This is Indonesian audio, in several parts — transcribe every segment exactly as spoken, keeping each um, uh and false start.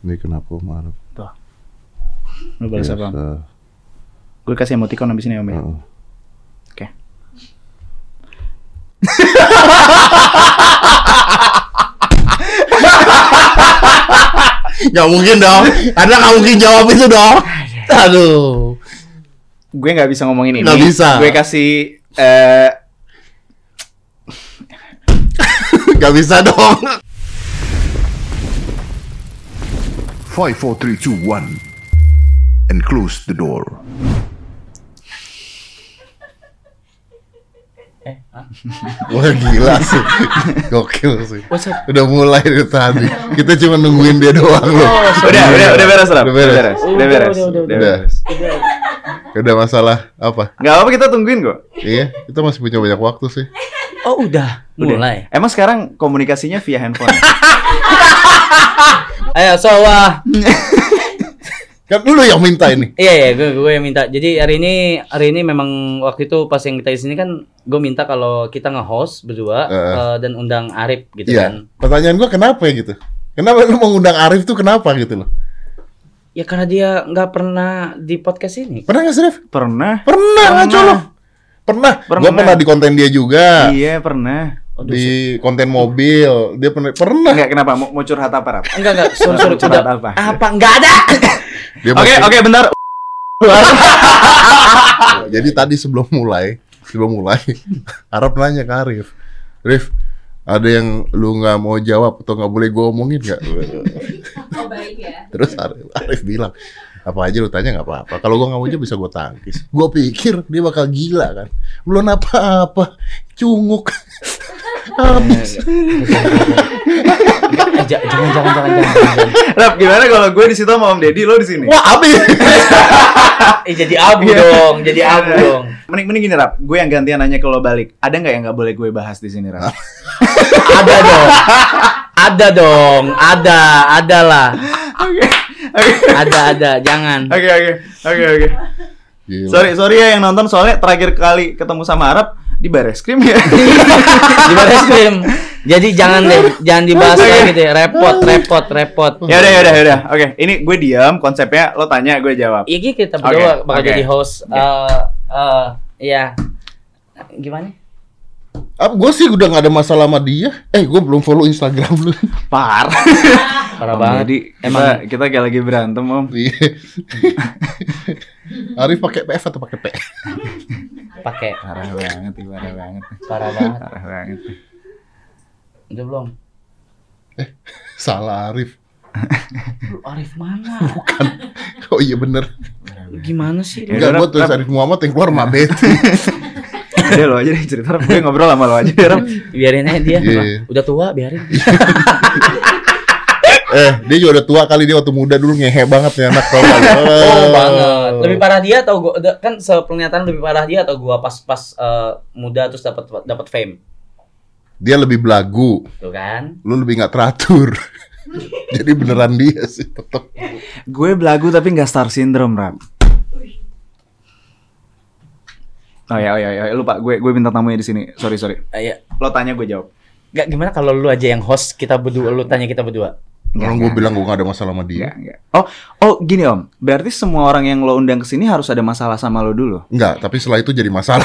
Ini kenapa marah? Tuh. Lu balas apa? Gue kasih emoticon abis ini Om ya. Uh. Oke. Okay. Gak mungkin dong. Anda gak mungkin jawab itu dong. Aduh. Gue gak bisa ngomongin ini. Gak bisa. Gue kasih uh... Gak bisa dong. five, four, three, two, one and close the door. Eh, ah. Wah gila sih. Gokil sih. What's up? Udah mulai dari tadi. Kita cuma nungguin dia doang loh. Oh, udah, udah, udah beres, Rap. Udah beres. Udah beres. Udah beres. Udah, Udah udah. beres. Udah masalah apa? Gak apa-apa, kita tungguin kok. Iya, kita masih punya banyak waktu sih. Oh udah, Udah. mulai. Emang sekarang komunikasinya via handphone? Ayo, so wah. Kan lu yang minta ini. Iya iya, gue gue yang minta. Jadi hari ini hari ini memang waktu itu pas yang kita di sini kan gue minta kalau kita nge-host berdua Uh. uh, dan undang Arif gitu Iya. kan. Pertanyaan gua kenapa ya gitu? Kenapa lu mau ngundang Arif tuh kenapa gitu loh? Ya karena dia nggak pernah di podcast ini. Pernah nggak sih, Rif? Pernah. Pernah, ngaco lo. Pernah. Pernah. Gua pernah di konten dia juga. Iya, pernah. Di konten mobil. Dia pernah pernah. Enggak, kenapa? Mau, mau curhat apa, Rap? Enggak enggak, sorry sorry Curhat udah. apa? Apa enggak ada? Dia Oke, masih- oke, bentar. Jadi tadi sebelum mulai, sebelum mulai, Arab nanya ke Arif, Rif, ada yang lu nggak mau jawab atau nggak boleh gue omongin nggak? Oh, baik ya. Terus Arif, Arif bilang, apa aja lu tanya nggak apa-apa. Kalau gue nggak mau jawab bisa gue tangkis. Gue pikir dia bakal gila kan. Belum apa-apa, cunguk. Habis. Eh, j- jangan jangan jangan jangan. Rap, gimana kalau gue di situ sama Om Deddy, lo di sini? Wah, habis. Eh jadi abu dong, jadi abu dong. Mending mending gini, Rap. Gue yang gantian nanya ke lo balik. Ada nggak yang nggak boleh gue bahas di sini, Rap? Ada dong. Ada dong, ada, ada lah. Oke. Oke. Ada ada, jangan. Oke, oke. Oke, oke. Gila. Sorry, sorry ya yang nonton, soalnya terakhir kali ketemu sama Arab di Bareskrim ya. Di Bareskrim. Jadi jangan deh, jangan dibahas Oke. lagi deh. Repot, repot, repot. Ya udah, ya udah, ya udah. Oke, ini gue diam, konsepnya lo tanya, gue jawab. Iya kita berdua Oke, bakal oke. jadi host. Oke. Eh, eh, iya. Gimana? Apa gue sih udah nggak ada masalah sama dia. Eh, gue belum follow Instagram lu. Parah. Parah Om banget. Deddy, kita, Emang kita kayak lagi berantem, Om. Iya. Arif pakai P F atau pakai P? pakai Parah banget, nih, parah banget. nih. parah banget. Parah banget. nih. Udah belum? Salah Arif. Lu Arif mana? Bukan. Oh iya bener. Lu gimana sih? Ya Enggak, udah, gue tulis Rap. Arif Muhammad yang keluar Mabet. Udah lo aja deh cerita, Rap. Gue ngobrol sama lo aja deh, Rap. Biarin aja dia. Iya. Udah tua, biarin. Eh, dia juga udah tua kali, dia waktu muda dulu ngehe banget ya anak tau kali. Oh banget. Lebih parah dia atau gua da- kan sepernyataan lebih parah dia atau gua pas-pas eh, muda terus dapat dapat fame. Dia lebih belagu, Tuh kan? lu lebih nggak teratur. Jadi beneran dia sih tetep. Gue belagu tapi nggak star syndrome, Rap. Oh ya, oh ya, ya, lupa. Gue gue minta tamunya di sini. Sorry, sorry. Ah, iya. Lo tanya, gue jawab. Gak gimana kalau lu aja yang host, kita berdua, lu tanya kita berdua. Orang gue bilang gue nggak ada masalah sama Enggak, dia. enggak. Oh, oh gini Om. Berarti semua orang yang lo undang ke sini harus ada masalah sama lo dulu. Enggak, tapi setelah itu jadi masalah.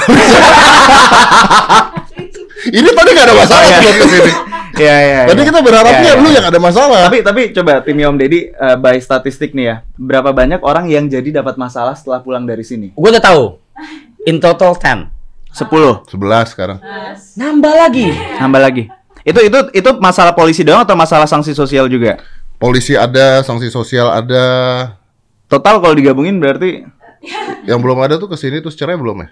Ini tadi nggak ada masalah Oh, iya. sebelum kesini. Iya, iya. Tadi iya. kita berharapnya Iya, iya. lu yang ada masalah. Tapi tapi coba timnya Om Deddy eh, by statistik nih ya. Berapa banyak orang yang jadi dapat masalah setelah pulang dari sini? Gua udah tahu. In total ten. sepuluh. sebelas sekarang. Nambah lagi. Nambah lagi. Itu itu itu masalah polisi doang atau masalah sanksi sosial juga? Polisi ada, sanksi sosial ada. Total kalau digabungin berarti Yang belum ada tuh kesini tuh cerai belum ya?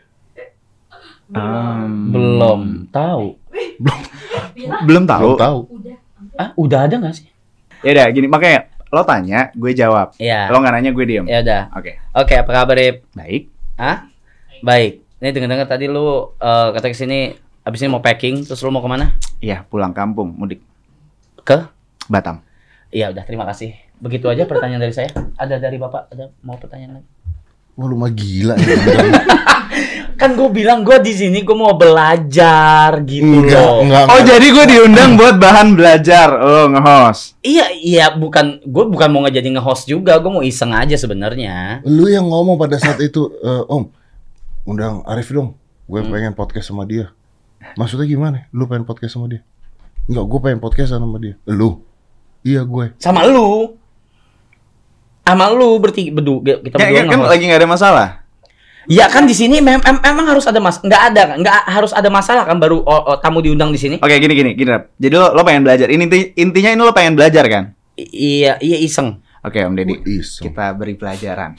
um, Belum tahu. belum tahu. Belum tahu. Ah, udah ada nggak sih? Ya udah gini, makanya lo tanya, gue jawab. Iya. Lo nggak nanya, gue diem. Ya udah. Oke. Oke, apa kabar, Rip? Baik. Hah? Baik. Ini dengar-dengar tadi lu eh, kata kesini abis ini mau packing, terus lu mau kemana? Iya, pulang kampung, mudik. Ke? Batam. Iya udah, terima kasih. Begitu aja pertanyaan dari saya. Ada dari Bapak, ada mau pertanyaan lagi? Wah lu mah gila ya. Kan gue bilang gue di sini gue mau belajar gitu Enggak, loh. enggak, Oh, enggak. jadi gue diundang buat bahan belajar. Oh, nge-host. Iya iya bukan gue bukan mau ngejadi nge-host juga, gue mau iseng aja sebenarnya. Lu yang ngomong pada saat itu, "Eh, Om, undang Arif dong. Gue pengen podcast sama dia." Maksudnya gimana? Lu pengen podcast sama dia? Enggak, gue pengen podcast sama dia. Lu? Iya gue. Sama lu. Sama lu bertiga berdua kita Ya, berdua ya, kan nge-host. lagi nggak ada masalah. Ya kan di sini mem em- emang harus ada mas nggak ada kan nggak harus ada masalah kan baru oh, oh, tamu diundang di sini. Oke, gini gini gini Rap. Jadi lo, lo pengen belajar. Ini inti- intinya ini lo pengen belajar kan? I- iya iya iseng. Oke, Om Deddy. Gua iseng. Kita beri pelajaran.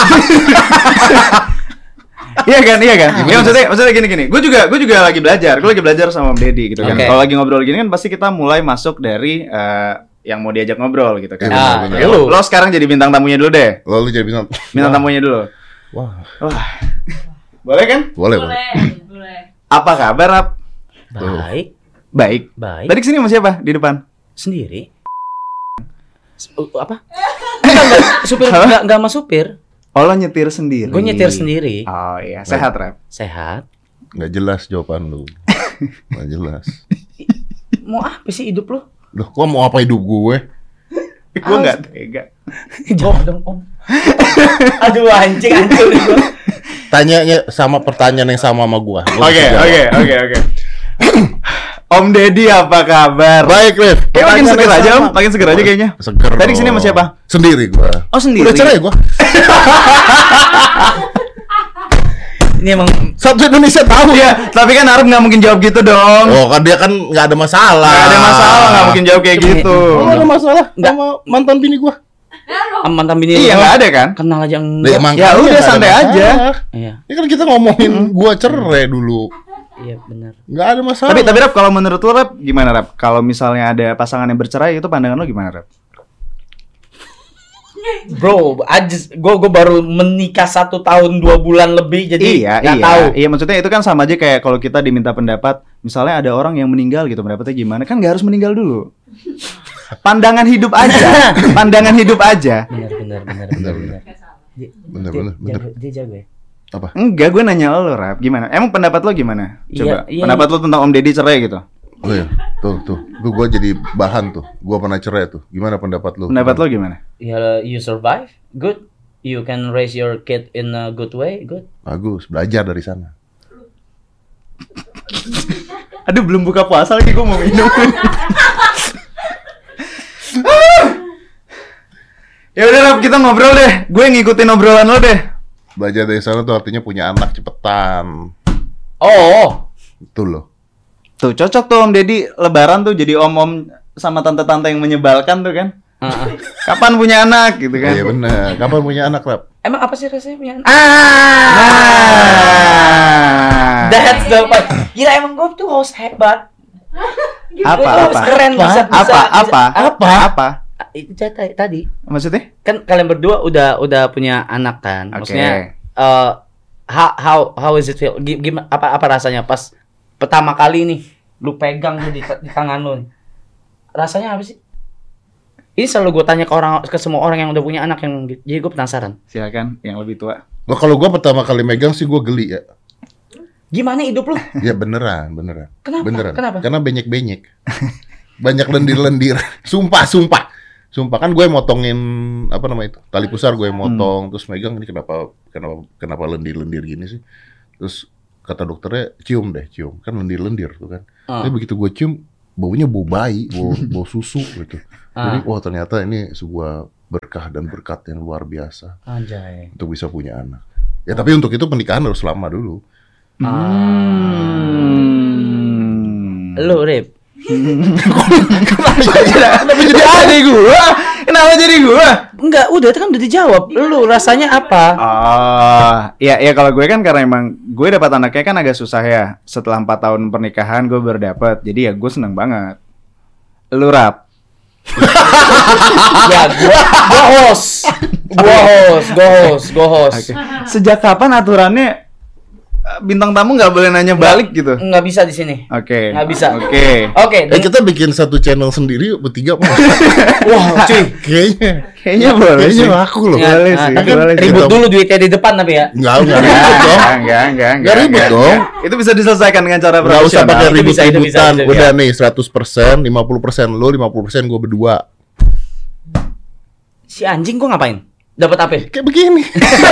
Iya kan, iya kan. Ya, maksudnya maksudnya gini gini. Gue juga gue juga lagi belajar. Gue lagi belajar sama Om Deddy gitu kan. Oke. Kalau lagi ngobrol gini kan pasti kita mulai masuk dari eh, yang mau diajak ngobrol gitu kan. Iya, Ah, benar, Oke, lu. lo sekarang jadi bintang tamunya dulu deh. Lalu jadi bintang. Bintang tamunya dulu. Wah, Wah. Boleh kan? boleh, boleh. Boleh, boleh. Apa kabar, Rap? Baik Baik. baik. Tadi kesini sama siapa di depan? Sendiri. S- uh, apa? Enggak, enggak, supir Hah? enggak enggak sama supir. Oh, lo nyetir sendiri. Gue nyetir sendiri. Oh iya, sehat, Rap. Sehat. Nggak jelas jawaban lu. Nggak jelas. Mau apa sih hidup lu? Loh, kok mau apa hidup gue? Gue nggak tega. Jawab dong, Om. Aduh anjing hancur gue. Tanyanya sama pertanyaan yang sama sama gua. Gua Oke, bisa jawab. oke, oke, oke. Om Deddy apa kabar? Baik, Rif. Kayak makin Pertanyaan seger yang aja, Om. sama. Makin seger aja kayaknya. Seger. Tadi kesini dong. sama siapa? Sendiri gua. Oh, sendiri. Udah cerai gua. Ini emang Satu Indonesia tahu ya. Iya, tapi kan Arif nggak mungkin jawab gitu dong. Oh, kan dia kan nggak ada masalah. Nggak ada masalah, nggak mungkin jawab kayak Ini- gitu. Oh, nggak ada masalah Nggak. sama mantan bini gua. sama mantan bini Iya, lu. nggak ada kan? Kenal aja Lah, enggak. emang Ya kan udah, nggak ada santai masalah. aja. Iya, Ini kan kita ngomongin gua cerai dulu. iya benar. Nggak ada masalah. Tapi tapi Rap, kalau menurut lo Rap gimana Rap? Kalau misalnya ada pasangan yang bercerai itu pandangan lo gimana Rap? Bro, I just gue gue baru menikah satu tahun dua bulan lebih jadi Iya, nggak iya. tahu. Iya, maksudnya itu kan sama aja kayak kalau kita diminta pendapat, misalnya ada orang yang meninggal gitu, pendapatnya gimana? Kan nggak harus meninggal dulu. Pandangan hidup aja. Pandangan hidup aja. Benar benar benar benar Benar, benar. Bener, Dia- bener, bener. jago- Dia jago ya. Apa? Enggak, gue nanya lo Rap, gimana? Emang pendapat lo gimana? Coba. Iya, iya. Pendapat lo tentang Om Deddy cerai gitu. Oh iya, tuh tuh, tuh gua jadi bahan tuh. Gua pernah cerai tuh. Gimana pendapat lu? Pendapat lo gimana? Ya, you survive, good. You can raise your kid in a good way, good. Bagus, belajar dari sana. Aduh, belum buka puasa lagi, gue mau minum. Ya udah Rap, kita ngobrol deh. Gue ngikutin obrolan lo deh. Belajar dari sana tuh artinya punya anak cepetan. Oh, Itu loh. Tuh, cocok tuh Om Deddy lebaran tuh jadi om-om sama tante-tante yang menyebalkan tuh kan. uh-uh. Kapan punya anak gitu kan? Iya benar. Kapan punya anak, Rap? Emang apa sih rasanya punya anak? Ah. That's the point. Gila emang gue tuh host hebat. Apa Gua apa? keren bisa, bisa, Apa bisa- apa? Apa? Apa? Itu tadi tadi. Maksudnya? Kan kalian berdua udah udah punya anak kan? Oke. Maksudnya eh how how how is it feel? Gi- Gimana apa apa rasanya pas pertama kali nih lu pegang tuh di, di tangan lu. Rasanya apa sih? Ini selalu gue tanya ke orang ke semua orang yang udah punya anak yang jadi gue penasaran. Silakan yang lebih tua. Nah, kalau gua pertama kali megang sih gua geli ya. Gimana hidup lu? Ya beneran, beneran. Kenapa? Beneran. Kenapa? Karena benyek-benyek. Banyak lendir-lendir. Sumpah, sumpah. Sumpah kan gue motongin apa namanya itu? Tali pusar gue motong terus megang ini kenapa kenapa kenapa lendir-lendir gini sih? Terus kata dokternya cium deh, cium. Kan lendir-lendir tuh kan. Ah. Tapi begitu gue cium baunya bau bayi, bau bau susu gitu. Ah. Jadi wah ternyata ini sebuah berkah dan berkat yang luar biasa Anjay. untuk bisa punya anak. Ya tapi untuk itu pernikahan harus lama dulu. Hmm. Lu Rip. Kenapa jadi adik gua? Kenapa jadi gua? Enggak, udah itu kan udah dijawab. Lu rasanya apa? Oh, ya ya kalau gue kan karena emang gue dapat anaknya kan agak susah ya. Setelah empat tahun pernikahan gue baru dapat. Jadi ya gue seneng banget. Lu Rap. Ya, gua gua host. Gua host, gua host, gua host. Sejak kapan aturannya bintang tamu nggak boleh nanya balik gitu. Nggak bisa di sini. Oke. Nggak bisa. Oke. Oke. Eh kita bikin satu channel sendiri yuk, bertiga apa? Wah, cuy. Kayaknya. Kayaknya boleh Kayaknya sih. laku loh. Ya, Boleh nah, sih, tapi boleh sih. ribut dulu duitnya di depan tapi ya. Enggak, enggak ribut dong. Enggak, enggak, enggak, Nggak ribut dong. Itu bisa diselesaikan dengan cara Enggak usah profesional. pakai Itu bisa, itu bisa, ribut-ributan. itu bisa. Udah nih seratus persen, lima puluh persen lu, lima puluh persen gua berdua. Si anjing gua ngapain? Dapat apa? Kayak begini.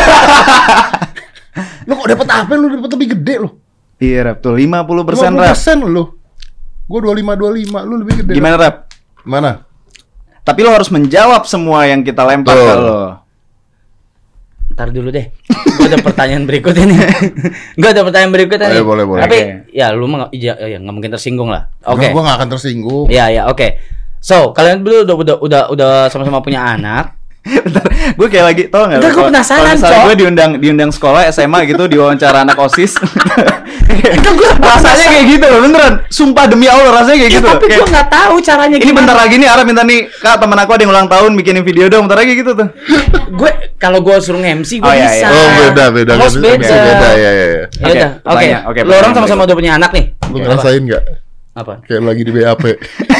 Lu kok dapat apa? Lu dapat lebih gede lu. Iya, Rap, tuh lima puluh persen lima puluh Rap. persen lu. Gua dua puluh lima dua puluh lima, lu lebih gede. Gimana, Rap? Mana? Tapi lo harus menjawab semua yang kita lempar Betul. ke lo. Ntar dulu deh. Gua ada pertanyaan berikutnya nih. Gua ada pertanyaan berikutnya nih. Boleh, boleh, boleh. Tapi Oke. ya lu mah nggak ya, ya, nggak mungkin tersinggung lah. Oke. Gua, gua gak akan tersinggung. Iya, ya, oke. So, kalian dulu udah udah udah udah sama-sama punya anak. Bentar, gue kayak lagi tau nggak? Bentar, gua Kalau- penasaran, kalau misalnya Cok. gue diundang diundang sekolah S M A gitu, diwawancara anak OSIS. Kan gua rasanya kayak gitu loh, beneran. Sumpah demi Allah rasanya kayak Ya, gitu. tapi Kayak, gua nggak tahu caranya ini gimana. bentar lagi nih, Ara minta nih, Kak teman aku ada yang ulang tahun bikinin video dong, bentar lagi gitu tuh. Gue kalau gue suruh M C gue Oh, iya, bisa. iya. Oh, beda, beda. Host Kan beda. bisa beda, ya, ya, ya. Ya Oke, udah, oke. pertanyaan, oke, Lo orang pertanyaan sama-sama udah punya anak nih. Lu Oke, ngerasain nggak? apa? Apa? Kayak lagi di B A P.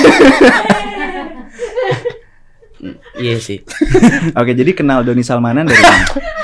Iya sih. Oke, jadi kenal Doni Salmanan dari mana?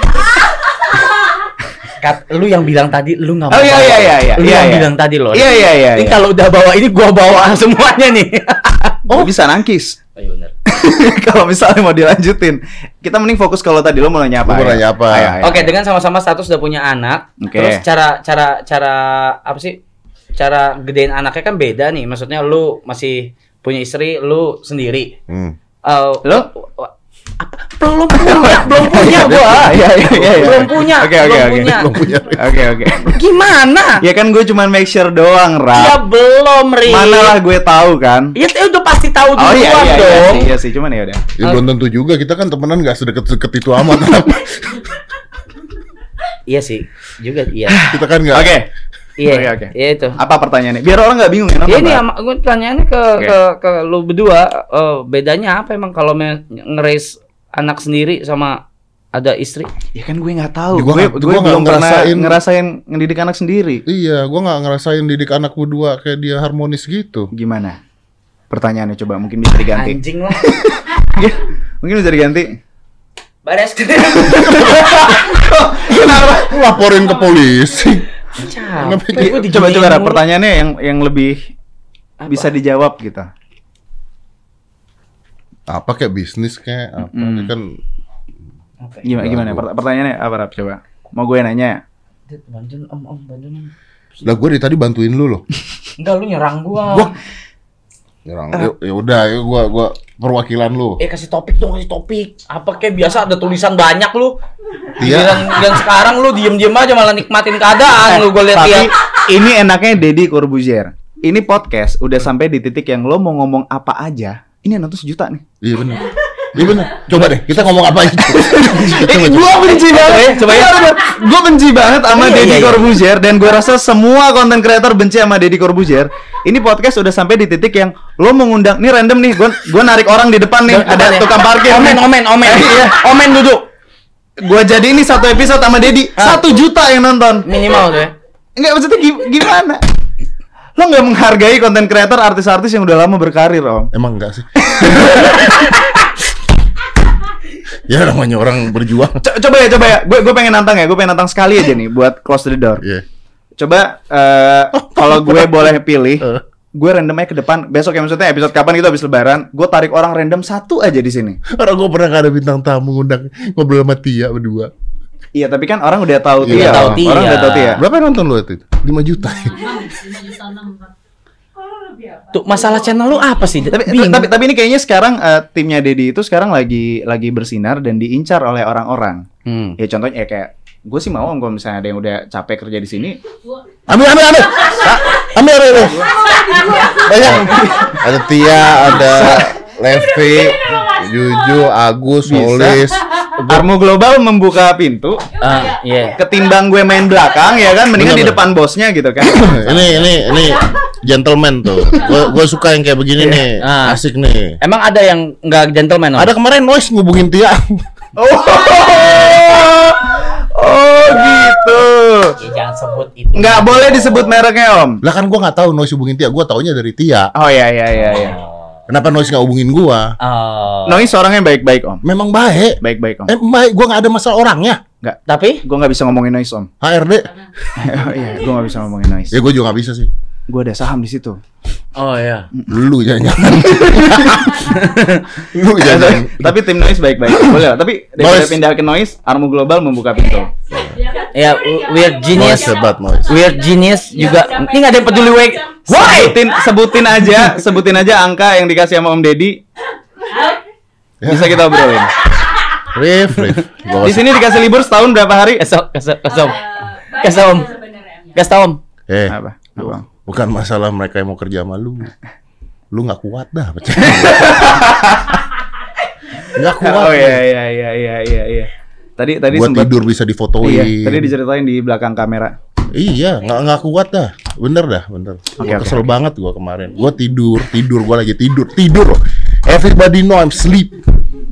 Kat, lu yang bilang tadi lu nggak mau. Oh, iya, bawa. iya, iya, iya. Lu Iya, yang iya. bilang tadi loh. Iya, iya, iya. Ini iya. kalau udah bawa ini gua bawa semuanya nih. Oh, bisa nangkis. Oh, iya benar. Kalau misalnya mau dilanjutin, kita mending fokus kalau tadi lo mau nanya apa? Gua mau ya? nanya apa? Ayo, ayo, Oke, ayo. dengan sama-sama status udah punya anak. Oke. Terus cara cara cara apa sih? Cara gedein anaknya kan beda nih. Maksudnya lu masih punya istri, lu sendiri. Hmm. Eh, Lo? apa? Belum punya, belum punya gua. Iya, iya, iya, iya. Belum punya, Oke, oke, belum oke. punya. Belum punya. Oke, oke. Gimana? Ya kan gue cuman make sure doang, Ya Rap. belum, Ri. Mana lah gue tahu kan. Ya ya udah pasti tahu duluan Oh iya, iya, iya, dong. sih, iya sih, cuman ya udah. Ya belum tentu juga, kita kan temenan gak sedekat-sedekat itu amat. Iya sih, juga iya. Kita kan gak. Oke. Iya, Oke, oke. iya itu. Apa pertanyaannya? Biar orang nggak bingung ya nonton, Ya ini Rap. ama, gue tanyaannya ke, Oke. ke ke lu berdua, eh, bedanya apa emang kalau me- nge-raise anak sendiri sama ada istri? Ya kan gue nggak tahu. Ya, gua gue nggak- gue gua nggak belum pernah ngerasain. ngerasain ngedidik anak sendiri. Iya, gua gak ngerasain didik anak berdua kayak dia harmonis gitu. Gimana? Pertanyaannya coba mungkin bisa diganti. Anjing lah. Mungkin bisa diganti. Bares. Kenapa? Laporin ke polisi. Capek Iya, gua coba diginiin coba Rap, mulu. pertanyaannya yang yang lebih Apa? bisa dijawab gitu. Apa kayak bisnis kayak apa? Mm. Ini kan Oke. Gimana gimana? Per- pertanyaannya apa Rap coba? Mau gue nanya? Dit, bantuin om om bantuin om. lah gue dari tadi bantuin lu loh. Enggak, lu nyerang gua. Gua- Nyerang. Ya, ya udah, ya gua gua perwakilan lu. Eh kasih topik dong, kasih topik. Apa kayak biasa ada tulisan banyak lu. Iya. Dan, dan sekarang lu diem-diem aja malah nikmatin keadaan lu gue lihat Tapi dia. ini enaknya Deddy Corbuzier. Ini podcast udah sampai di titik yang lo mau ngomong apa aja. Ini yang nonton sejuta nih. Iya benar. Iya benar. Coba deh, kita ngomong apa itu? Eh, gue benci banget. coba ya. Gue benci banget sama Iya, Deddy iya, iya. Corbuzier dan gue rasa semua konten creator benci sama Deddy Corbuzier. Ini podcast udah sampai di titik yang lo mau ngundang, nih random nih, gue gue narik orang di depan nih, ada Depan ya. tukang parkir. Omen, omen, omen. Iya. Omen duduk. Gue jadi ini satu episode sama Deddy, Ah. satu juta yang nonton. Minimal tuh ya. Enggak, maksudnya gi- gimana? Lo nggak menghargai konten creator artis-artis yang udah lama berkarir, Om. Emang enggak sih? Ya namanya orang berjuang. Co- coba ya, coba ya. Gue gue pengen nantang ya. Gue pengen nantang sekali aja nih buat close the door. Iya. Coba eh, kalau gue boleh pilih, Eh. gue randomnya ke depan. Besok ya maksudnya episode kapan itu habis lebaran, gue tarik orang random satu aja di sini. Orang gue pernah ada bintang tamu ngundang ngobrol sama Tia berdua. Iya, tapi kan orang udah tahu Iya, Tia. tahu Om. Tia. Orang udah tahu Tia. Berapa yang nonton lu itu? lima juta. Tuh masalah channel lu apa sih? Tapi, Bingung. tapi tapi ini kayaknya sekarang eh, timnya Deddy itu sekarang lagi lagi bersinar dan diincar oleh orang-orang. Hmm. Ya contohnya ya kayak gue sih mau om kalau misalnya ada yang udah capek kerja di sini. Ambil, ambil, ambil. Ambil, ambil, ambil. Banyak. Ada Tia, ada Levi, Juju, Agus, Bisa. Solis. Armo Global membuka pintu Ah, iya. ketimbang gue main belakang ya kan mendingan Bener, di bener. depan bosnya gitu kan. ini, ini, ini gentleman tuh. Gue gue suka yang kayak begini nih. Ah. Asik nih. Emang ada yang nggak gentleman? Om? Ada kemarin Noise ngubungin Tia. Oh, oh gitu. Ya, jangan sebut itu. Nggak boleh disebut mereknya Om. Lah kan gua nggak tahu Noise hubungin Tia, gua taunya dari Tia. Oh iya iya iya iya. Kenapa Noise nggak hubungin gua? Oh. Noise orangnya baik-baik Om. Memang baik. Baik-baik Om. Eh, baik, gua nggak ada masalah orangnya. Nggak. Tapi Gue nggak bisa ngomongin Noise Om. H R D. Oh, iya, gue nggak bisa ngomongin Noise. Ya gua juga nggak bisa sih. Gue ada saham di situ. oh ya. Lu jangan. Lu jangan. Tapi tim Noise baik-baik. Boleh lah. Tapi daripada Noise. pindah ke Noise, Armu Global membuka pintu. Ya, Weird Genius. Noise hebat, Noise. Weird Genius juga. Ini nggak ada yang peduli wake. Why? Sebutin, sebutin aja, sebutin aja angka yang dikasih sama Om Deddy. Bisa kita obrolin. Rif, Rif. Gua Di sini dikasih libur setahun berapa hari? Kasih kasih kasih om. Kasih om. Kasih tau om. Eh, Apa? Apa? bukan masalah mereka yang mau kerja sama lu. Lu nggak kuat dah, percaya. Nggak kuat. Oh lu. iya iya iya iya iya iya. Tadi tadi Gua sempat tidur bisa difotoin. Iya, tadi diceritain di belakang kamera. Iya, nggak nggak kuat dah, bener dah, bener. Oke, Gua oke, kesel oke. banget gua kemarin. Gua tidur, tidur, gua lagi tidur, tidur. Everybody know I'm sleep.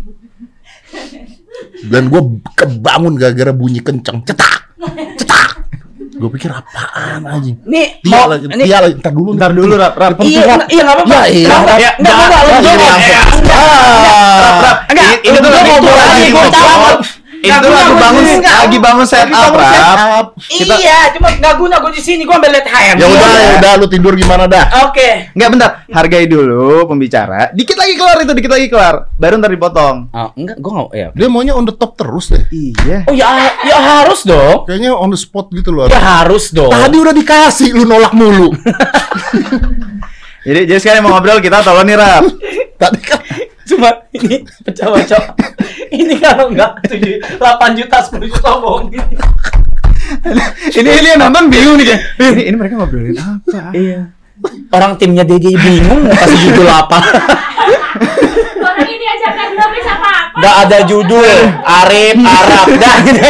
Dan gua kebangun gara-gara bunyi kenceng, cetak, cetak. Gua pikir apaan anjing? Nih, Tia mau lagi, ini Tia lagi, ntar dulu, Ntar dulu rap rap. Iya, enggak- iya enggak apa-apa. Ya, iya. Kenapa? Ya, Enggak apa-apa, lu iya, jawab. langsung. Eh, Enggak. Enggak, Ini tuh lu lagi ngobrol lagi lagi, gua ngobrol. tahu. Itu Nggak guna lagi gua bangun di sini, nggak. lagi bangun set Lagi up bangun set rap. up. Kita- Iya, cuma enggak guna gua di sini, gua ambil lihat H M. Ya udah, ya udah, lu tidur gimana dah? Oke. Enggak bentar, hargai dulu pembicara. Dikit lagi kelar itu, dikit lagi kelar. Baru ntar dipotong. Oh, enggak, gua enggak ya. Dia maunya on the top terus deh. Iya. Oh ya, ya harus dong. Kayaknya on the spot gitu loh. Ya harus dong. Tadi udah dikasih, lu nolak mulu. Jadi jadi sekarang mau ngobrol kita tolong nih rap. Tadi kan Cuma ini pecah-pecah. Ini kalau enggak tujuh, delapan juta, sepuluh juta bohong. ini ini yang nonton bingung nih kayak. Ini, ini mereka ngobrolin apa? Iya. Orang timnya D J bingung mau kasih judul apa. Orang ini aja kan belum bisa apa-apa. Enggak ada judul, Arif, Arab, dah gitu.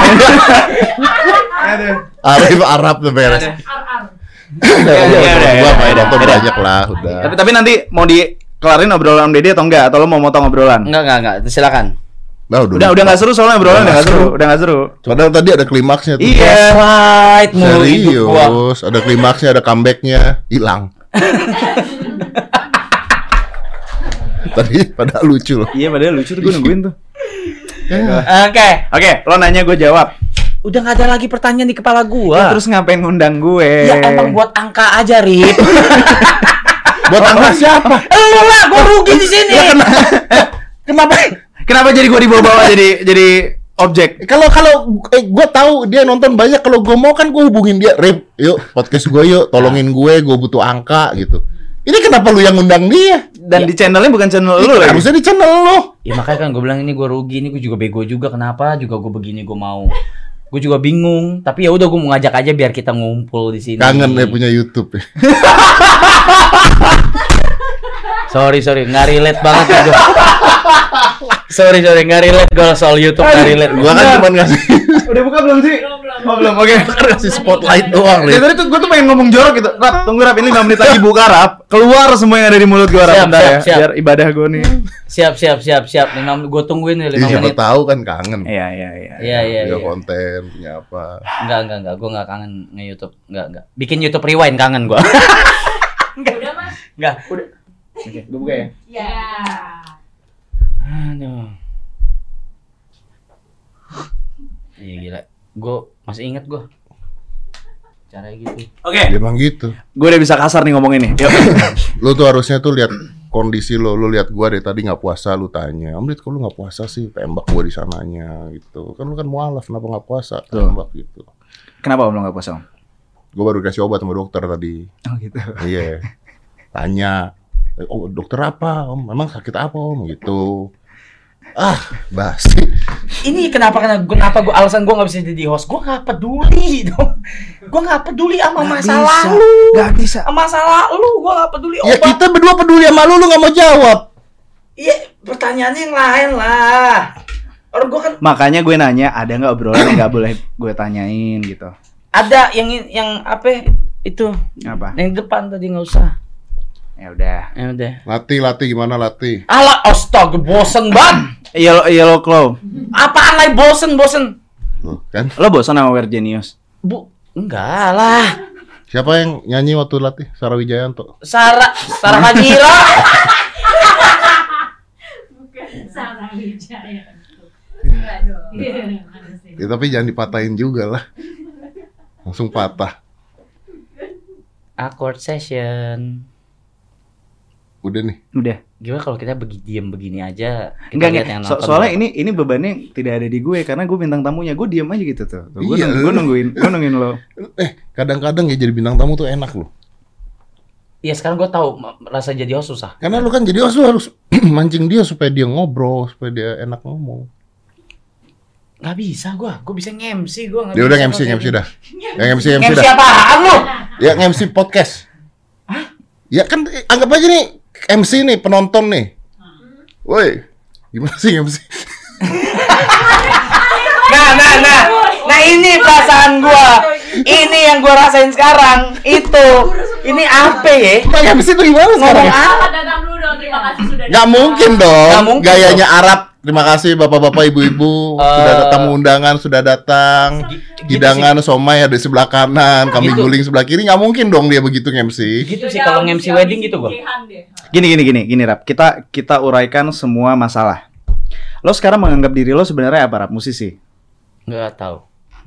Aduh. Arif Arab tuh beres. Ar-ar. Udah, Ya, udah, ya, udah, ya, gua ya, main ya, nonton ya. banyak lah, udah. Tapi tapi nanti mau dikelarin obrolan Om Deddy atau enggak? Atau lo mau motong obrolan? Enggak, enggak, enggak. Silakan. Nah, udah, Udah udah enggak seru soalnya obrolan udah enggak seru, udah enggak seru. Padahal tadi ada klimaksnya tuh. Iya. Right, mulu hidup gua. Serius, ada klimaksnya, ada comebacknya, hilang. Tadi pada lucu loh. Iya padahal lucu tuh gue nungguin tuh. Oke. Oke, lo nanya gue jawab. Udah enggak ada lagi pertanyaan di kepala Ya, gua. terus ngapain ngundang gue? Ya emang buat angka aja, Rip. Buat angka siapa? Lu lah, gua rugi di sini. Kenapa? Kenapa jadi gue dibawa-bawa jadi jadi objek? Kalau kalau eh, gue tahu dia nonton banyak, kalau gue mau kan gue hubungin dia, Rip, yuk podcast gue yuk, tolongin gue, gue butuh angka gitu. Ini kenapa lu yang ngundang dia? Dan di channelnya bukan channel lu Ih, lagi. harusnya di channel lu. Ya makanya kan gue bilang ini gue rugi, ini gue juga bego juga. Kenapa juga gue begini gue mau. Gue juga bingung, tapi ya udah gue mau ngajak aja biar kita ngumpul di sini. Kangen ya punya YouTube ya. Sorry sorry, nggak relate banget ya gue. Sorry sorry, nggak relate gue soal YouTube, nggak relate. Gua kan cuma ngasih Udah buka belum sih? Oh belum, oke. ngasih spotlight doang, Dari Rip. tadi tuh gue tuh pengen ngomong jorok gitu. Rap, tunggu Rap, ini lima menit lagi buka Rap. Keluar semua yang ada di mulut gue Rap. Siap, Bentar siap, ya, siap. biar ibadah gue nih. Siap siap siap siap. Lima, gue tungguin nih Ya, lima siapa menit. tahu kan kangen. Iya, iya, iya. Iya iya Punya iya. konten, punya apa. Enggak enggak enggak, gue nggak kangen nge-YouTube, enggak enggak. Bikin YouTube rewind kangen gue. Udah mas. Enggak. Oke, gue buka ya. Ya. Aduh. Iya gila. Gue masih inget gue. Caranya gitu. Oke, Dia emang gitu. gue udah bisa kasar nih ngomong ini. Yuk. Lu tuh harusnya tuh lihat kondisi lo, lu lihat gua deh tadi nggak puasa, lu tanya, Om Dit, kok lu nggak puasa sih? Tembak gua di sananya gitu. Kan lu kan mualaf, kenapa nggak puasa? Tuh. Tembak gitu. Kenapa Om lo nggak puasa Om? Gua baru dikasih obat sama dokter tadi. Oh gitu. Iya. Tanya, oh dokter apa Om? Memang sakit apa Om? Gitu. Ah, basi. Ini kenapa kenapa kenapa gue alasan gue nggak bisa jadi host? Gue nggak peduli dong. Gue nggak peduli sama Nggak masa bisa. lalu. Nggak bisa. Sama masa lalu gue nggak peduli. Ya Obat. kita berdua peduli sama lu, lu nggak mau jawab. Iya, pertanyaannya yang lain lah. Orang gue kan Makanya gue nanya, ada nggak obrolan yang nggak boleh gue tanyain gitu? ada yang yang apa itu? Apa? Yang depan tadi nggak usah. Ya udah. Ya udah. Latih, latih gimana latih? Alah, astaga, bosen banget. Yellow Yellow Claw. Apaan lagi bosen bosen? Tuh, kan? Lo bosan sama Weird Genius? Bu, enggak lah. Siapa yang nyanyi waktu latih? Sarah Wijayanto. Sarah, Sarah Fajira. Bukan Sarah Wijaya. Enggak dong. Mana sih? Ya, tapi jangan dipatahin juga lah. Langsung patah. Awkward session. Udah nih. Udah. Gimana kalau kita begi diem begini aja? Kita Enggak, lihat enggak. yang So- nonton soalnya berapa. ini ini bebannya tidak ada di gue karena gue bintang tamunya. Gue diem aja gitu tuh. Tuh, gue, Iya, nunggu- lu. gue nungguin, gue nungguin lo. Eh, kadang-kadang ya jadi bintang tamu tuh enak loh. Iya sekarang gue tahu ma- rasa jadi host susah. Karena lu kan jadi host, lu harus mancing dia supaya dia ngobrol, supaya dia enak ngomong. Gak bisa gue, gue bisa nge-M C gue. Dia udah nge-M C, nge-M C dah. Yang nge-M C, nge-M C Nge-M C dah. apaan lu? Ya nge-M C podcast. Ya kan eh, anggap aja nih M C nih, penonton nih. Woi, gimana sih nge-M C? Nah, nah, nah, nah ini perasaan gue. Ini yang gue rasain sekarang. Itu, ini apa ya? Pak M C tuh gimana sekarang? Ngomong apa? Selamat datang dulu dong. Terima kasih sudah Gak datang. mungkin dong. Nggak mungkin Gayanya Arab. Terima kasih bapak-bapak, ibu-ibu. Sudah Eh, ada tamu undangan, sudah datang. gitu Hidangan somai ada di sebelah kanan, kami Gitu. guling sebelah kiri. Nggak mungkin dong dia begitu nge-M C. Gitu sih kalau nge-M C wedding gitu gue. Gini gini gini gini Rap. Kita kita uraikan semua masalah. Lo sekarang menganggap diri lo sebenarnya apa Rap? Musisi. Nggak tahu.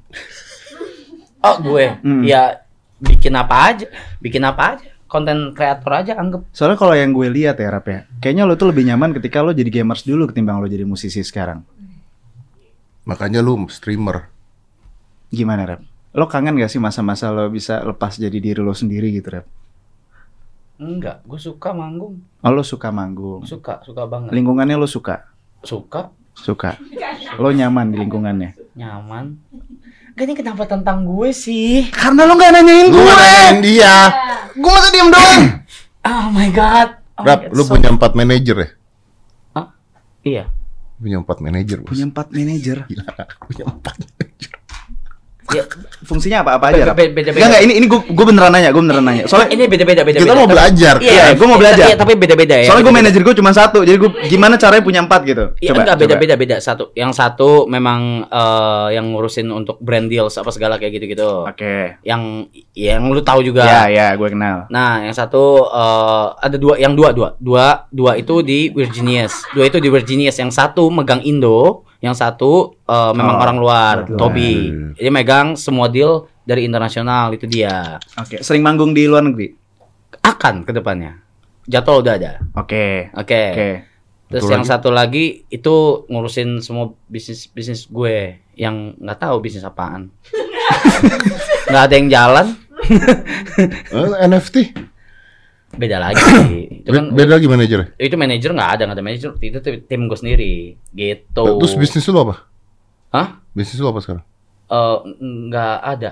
Oh gue, Hmm. ya bikin apa aja, bikin apa aja, konten kreator aja anggap. Soalnya kalau yang gue lihat ya Rap ya, kayaknya lo tuh lebih nyaman ketika lo jadi gamers dulu ketimbang lo jadi musisi sekarang. Makanya lu streamer. Gimana Rap? Lo kangen gak sih masa-masa lo bisa lepas jadi diri lo sendiri gitu Rap? Enggak, gue suka manggung, Oh lo suka manggung. suka, suka banget, Lingkungannya lo suka? suka, Suka. Lo nyaman di lingkungannya? nyaman. Gak ini kenapa tentang gue sih? Karena lo gak nanyain Lu nanyain dia. Gue masa diem doang. Oh my god. Oh my Rap, God, lu so- punya empat manajer ya? Hah? Iya. Punya empat manajer, bos. Punya empat manajer. Gila, punya empat manajer. Ya, Fungsinya apa apa aja Rap? Be- beda-beda. Enggak enggak ini ini gue gue beneran nanya, gue beneran nanya. Soalnya ini beda-beda, beda-beda. Kita mau Tapi- belajar. Iya, Iya, gua mau belajar. Iya, tapi beda-beda ya. soalnya gue beda-beda. manajer gue cuma satu, jadi gue gimana caranya punya empat gitu. Iya, Coba. enggak coba. beda-beda beda satu. Yang satu memang eh, yang ngurusin untuk brand deals apa segala kayak gitu-gitu. Oke. Yang yang lu tahu juga. Ya ya gue kenal. Nah, yang satu eh, ada dua, yang dua dua dua dua itu di Virginius, dua itu di Virginius. Yang satu megang Indo, yang satu eh, memang Oh, orang luar, luar. Toby. Jadi megang semua deal dari internasional itu dia. Oke. Sering manggung di luar negeri. Akan ke depannya. Jadwal udah ada. Oke. Oke. Oke. Terus Satu yang lagi? satu lagi itu ngurusin semua bisnis bisnis gue yang nggak tahu bisnis apaan. Nggak ada yang jalan. Eh, N F T. Beda lagi. Itu kan Be- Beda lagi manajernya. itu manajer nggak ada nggak ada manajer itu tim- tim gue sendiri gitu. Terus bisnis lu apa? Hah? Bisnis lu apa sekarang? Eh, nggak ada.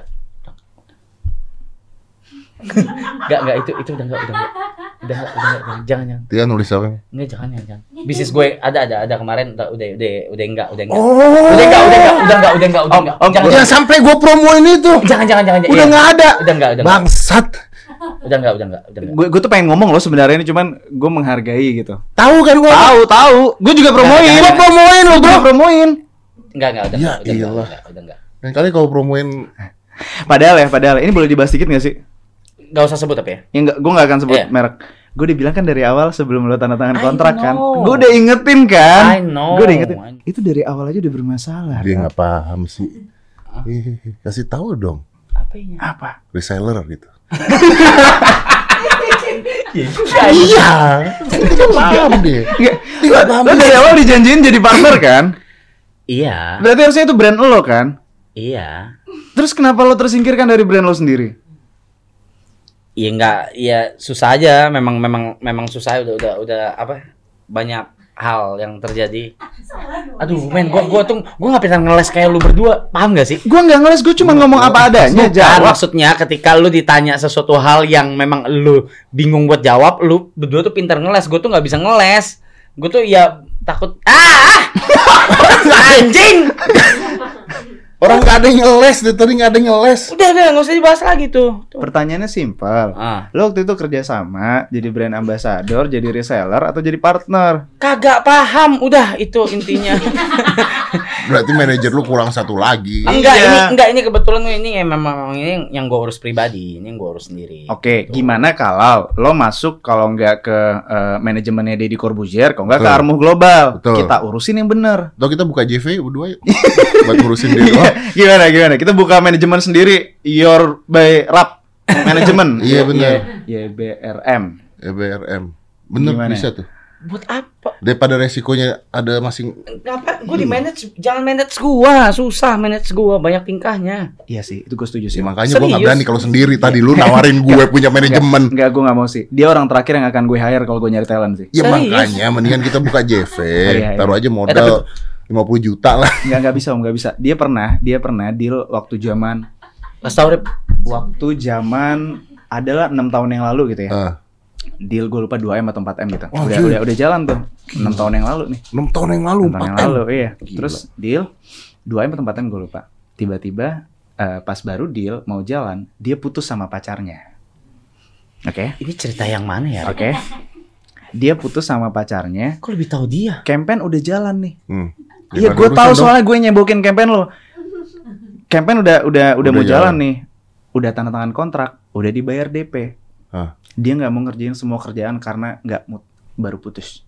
Nggak nggak itu itu udah nggak udah nggak udah nggak udah nggak jangan jangan Dia nulis apa? nggak jangan jangan jangan. Bisnis gue ada ada ada kemarin udah udah udah udah enggak udah enggak Oh. udah enggak udah enggak udah enggak udah enggak udah enggak om, jangan Jangan sampai gua promoin itu. jangan jangan jangan Udah iya. nggak ada. udah enggak udah enggak Bangsat. udah enggak udah enggak udah enggak Gue gue tuh pengen ngomong loh sebenarnya ini cuman gue menghargai gitu. Tahu kan gua? Tahu tahu. Gue juga promoin. Jangan, Gue jangan. promoin lo bro. Promoin. enggak enggak udah Ya enggak, udah enggak, iyalah. udah enggak, udah enggak. Lain kali kalau promoin Padahal ya, padahal ini boleh dibahas dikit gak sih? Enggak usah sebut tapi ya. Ya enggak, gue gak akan sebut Iya. merek. Gue udah bilang kan dari awal sebelum lo tanda tangan I kontrak kan. know. Gue udah ingetin kan. I know. Gue udah ingetin. Itu dari awal aja udah bermasalah. dia nggak paham sih. Ih, kasih tahu dong. Apanya? Apa? Reseller gitu. Iya. Dia paham dia. Lo, lo dari awal dijanjiin jadi partner kan? Iya. Berarti harusnya itu brand lo kan? Iya. Terus kenapa lo tersingkirkan dari brand lo sendiri? Iya enggak, ya susah aja. Memang memang memang susah udah udah udah apa? Banyak hal yang terjadi. Aduh, men, gua gua tuh gua nggak pernah ngeles kayak lu berdua. Paham gak sih? Gue nggak ngeles, gue cuma ngomong apa adanya. Bukan, Jawab. maksudnya ketika lu ditanya sesuatu hal yang memang lu bingung buat jawab, lu berdua tuh pintar ngeles, gue tuh nggak bisa ngeles. Gue tuh ya takut ah! Anjing! Oh Orang nggak ada yang ngeles, dari tadi nggak ada yang ngeles. Udah, udah, nggak usah dibahas lagi tuh. Tuh. Pertanyaannya simpel. Ah. Lo waktu itu kerja sama, jadi brand ambassador, jadi reseller atau jadi partner? Kagak paham, udah itu intinya. Berarti manajer lu kurang satu lagi. Enggak, Iya. ini enggak ini kebetulan ini ya, memang ini yang gue urus pribadi, ini yang gue urus sendiri. Oke, gimana kalau lo masuk kalau nggak ke eh, manajemennya Deddy Corbuzier, kalau nggak ke Betul. Armuh Global, Betul. kita urusin yang bener. Atau kita buka J V berdua yuk. Buat ngurusin dia doang. Gimana gimana? Kita buka manajemen sendiri, Your by Rap Manajemen. Iya, bener. Y B R M. E B R M. Bener Gimana? bisa tuh. Buat apa? Daripada resikonya ada masing. Ngapa? Gue di manage, jangan manage gua, susah manage gua, banyak tingkahnya. Iya sih, itu gue setuju Ya, sih. makanya gue nggak Serius? berani kalau sendiri. Tadi lu nawarin gue punya manajemen. Enggak, gue nggak mau sih. Dia orang terakhir yang akan gue hire kalau gue nyari talent sih. Ya Serius? makanya mendingan kita buka J V. iya, iya. Taruh aja Eh, modal lima puluh juta lah. Enggak nggak bisa, om, nggak bisa. Dia pernah, dia pernah deal waktu zaman, Pas tau Rip. waktu zaman adalah enam tahun yang lalu gitu ya. Ah, Deal gue lupa dua M atau empat M gitu. Oh, udah, cuy. udah udah jalan tuh. enam tahun yang lalu nih. enam tahun yang lalu, enam tahun empat yang M. lalu, iya. Gila. Terus deal dua M atau empat M gue lupa. Tiba-tiba eh, pas baru deal mau jalan, dia putus sama pacarnya. Oke. Ini cerita yang mana ya? Rip? Oke. Dia putus sama pacarnya. Kok lebih tahu dia? Campaign udah jalan nih. Hmm. Iya, Gimana gue urusan tahu dong? soalnya gue nyebokin campaign lo. Campaign udah udah udah Udah mau jalan. jalan. nih. Udah tanda tangan kontrak, udah dibayar D P. Ah. Dia nggak mau ngerjain semua kerjaan karena nggak mood, baru putus.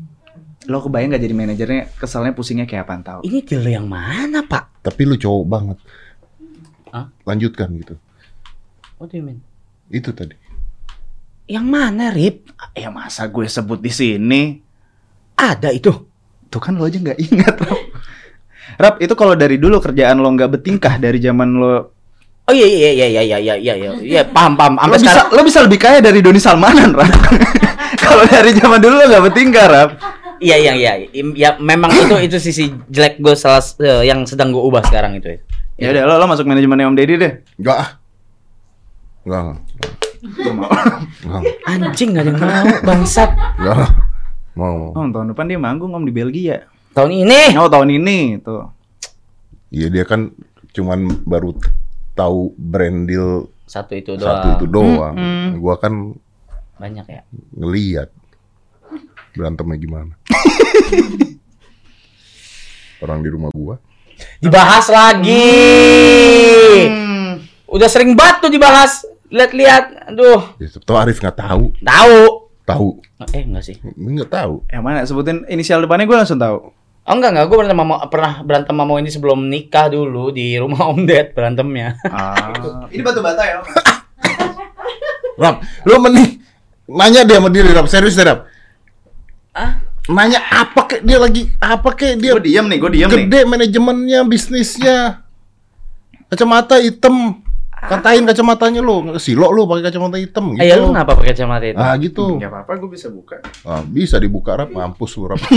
Lo kebayang nggak jadi manajernya, keselnya pusingnya kayak apaan tahu? Ini deal yang mana, Pak? Tapi lu cowok banget. Hah? Lanjutkan gitu. What do you mean? Itu tadi. Yang mana, Rip? Ya masa gue sebut di sini? Ada itu. Tuh kan lo aja nggak ingat, Rap. Rap, itu kalau dari dulu kerjaan lo nggak bertingkah dari zaman lo. Oh iya iya iya iya iya iya iya iya iya paham paham. Lo Sampai bisa, sekarang. lo bisa lebih kaya dari Doni Salmanan, Rap. Kalau dari zaman dulu lo nggak bertingkah, Rap. Iya iya iya. Im- Ya memang itu itu sisi jelek gue salah eh, yang sedang gue ubah sekarang itu. Ya udah, lo, lo masuk manajemennya Om Deddy deh. Enggak ah. Enggak. Enggak. Gue mau. Enggak. Anjing gak ada yang mau bangsat. Enggak. Mau. Oh, tahun depan dia manggung Om di Belgia. Tahun ini. Oh, tahun ini tuh. Iya dia kan cuman baru t- tahu brand deal Satu itu doang. satu itu doang. Mm-mm. Gua kan Banyak ya. ngeliat berantemnya gimana. Orang di rumah gua. Dibahas lagi. Hmm. Udah sering banget tuh dibahas. Lihat-lihat. Aduh. Ya, tahu Arif nggak tahu. Tahu. Tahu. Eh enggak sih. Nggak tahu. Yang mana? Sebutin inisial depannya gue langsung tahu. Oh enggak enggak, gue berantem sama pernah berantem sama ini sebelum nikah dulu di rumah Om Ded berantemnya. Ah. Ini batu bata ya, Om. Rap, lu mending nanya dia sama diri Rap, serius deh Rap. Ah? Nanya apa kek dia lagi, apa kek dia Gue diam nih, gue diam nih. gede manajemennya, bisnisnya. Kacamata hitam. Katain kacamatanya lu, silo lu pakai kacamata hitam gitu. Eh, ya lu kenapa pakai kacamata itu? Ah gitu. Gak apa-apa, gue bisa buka. Ah, bisa dibuka Rap, mampus lu Rap.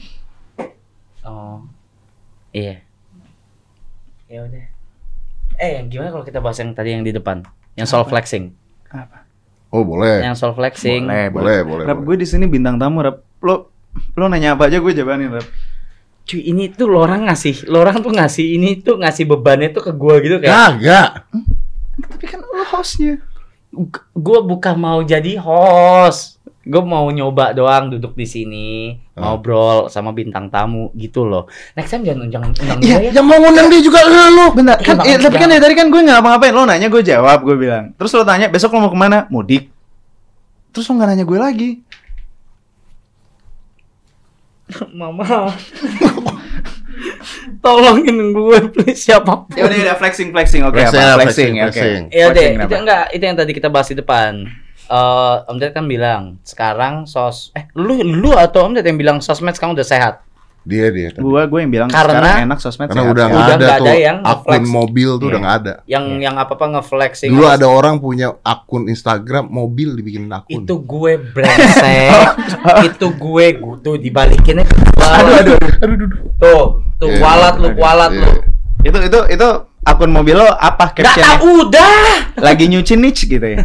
Oh. Iya. Ya udah. Eh, gimana kalau kita bahas yang tadi yang di depan? Yang soal flexing. Apa? Oh boleh. Yang soal flexing. Boleh, Boleh, boleh. Rap, boleh. gue di sini bintang tamu, Rap. Lo lo nanya apa aja gue jawabanin, Rap. Cuy, ini tuh lo orang ngasih, lo orang tuh ngasih ini tuh ngasih bebannya tuh ke gua gitu kayak. Kagak. Tapi kan lo hostnya. G- Gua bukan mau jadi host. Gue mau nyoba doang duduk di sini, Ah. ngobrol sama bintang tamu gitu loh. Next time jangan undang undang Iya, dia ya. Yang mau ngundang dia juga lu. Bentar, Eh, kan, Bang, eh, tapi kan jangan. dari tadi kan gue nggak ngapa-ngapain. Lo nanya gue jawab, gue bilang. Terus lo tanya besok lo mau kemana? Mudik. Terus lo nggak nanya gue lagi. Mama. Tolongin gue please siapa. Ya udah, udah flexing, flexing, oke Flexing, apa? flexing, Flexing, ya, oke. flexing. Ya deh, Flexing itu kenapa? enggak, itu yang tadi kita bahas di depan. Eh, Om Ded kan bilang sekarang sos eh lu lu atau Om Ded yang bilang sosmed sekarang udah sehat. Dia dia. tadi. Gue gue yang bilang Karena- sekarang enak sosmed Karena sehat, udah ya. nggak Udah ada nggak tuh ada yang akun flex. mobil tuh Iya. udah nggak ada. Yang yang apa-apa nge-flexing. Dulu ada orang punya akun Instagram mobil dibikinin akun. itu gue brengsek. Itu gue gue tuh dibalikinnya ke gua. Aduh, aduh, aduh, aduh. Tuh, tuh Iya, kualat lu, iya, kualat iya. lu. Itu itu itu akun mobil lo apa Enggak captionnya? tahu udah. Lagi nyuci niche gitu ya?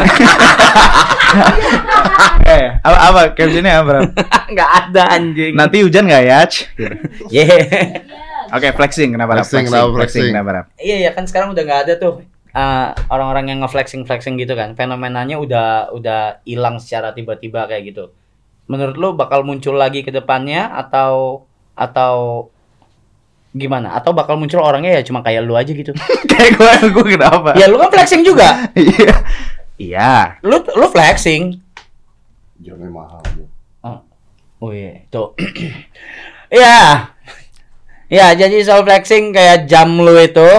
eh apa apa captionnya apa? Bro? Enggak ada anjing. Nanti hujan nggak ya? Gitu. Yeah. Oke, flexing kenapa? Rap? Flexing, kenapa flexing? kenapa? Rap? Iya ya kan sekarang udah nggak ada tuh uh, orang-orang yang nge-flexing flexing gitu kan. Fenomenanya udah udah hilang secara tiba-tiba kayak gitu. Menurut lu bakal muncul lagi ke depannya atau atau gimana? Atau bakal muncul orangnya ya cuma kayak lu aja gitu? Kayak gue, gue kenapa? Ya lu kan flexing juga. Iya. Iya. Lu lu flexing. Jamnya mahal. Oh, oh iya, tuh. Iya. Ya, jadi soal flexing kayak jam lu itu.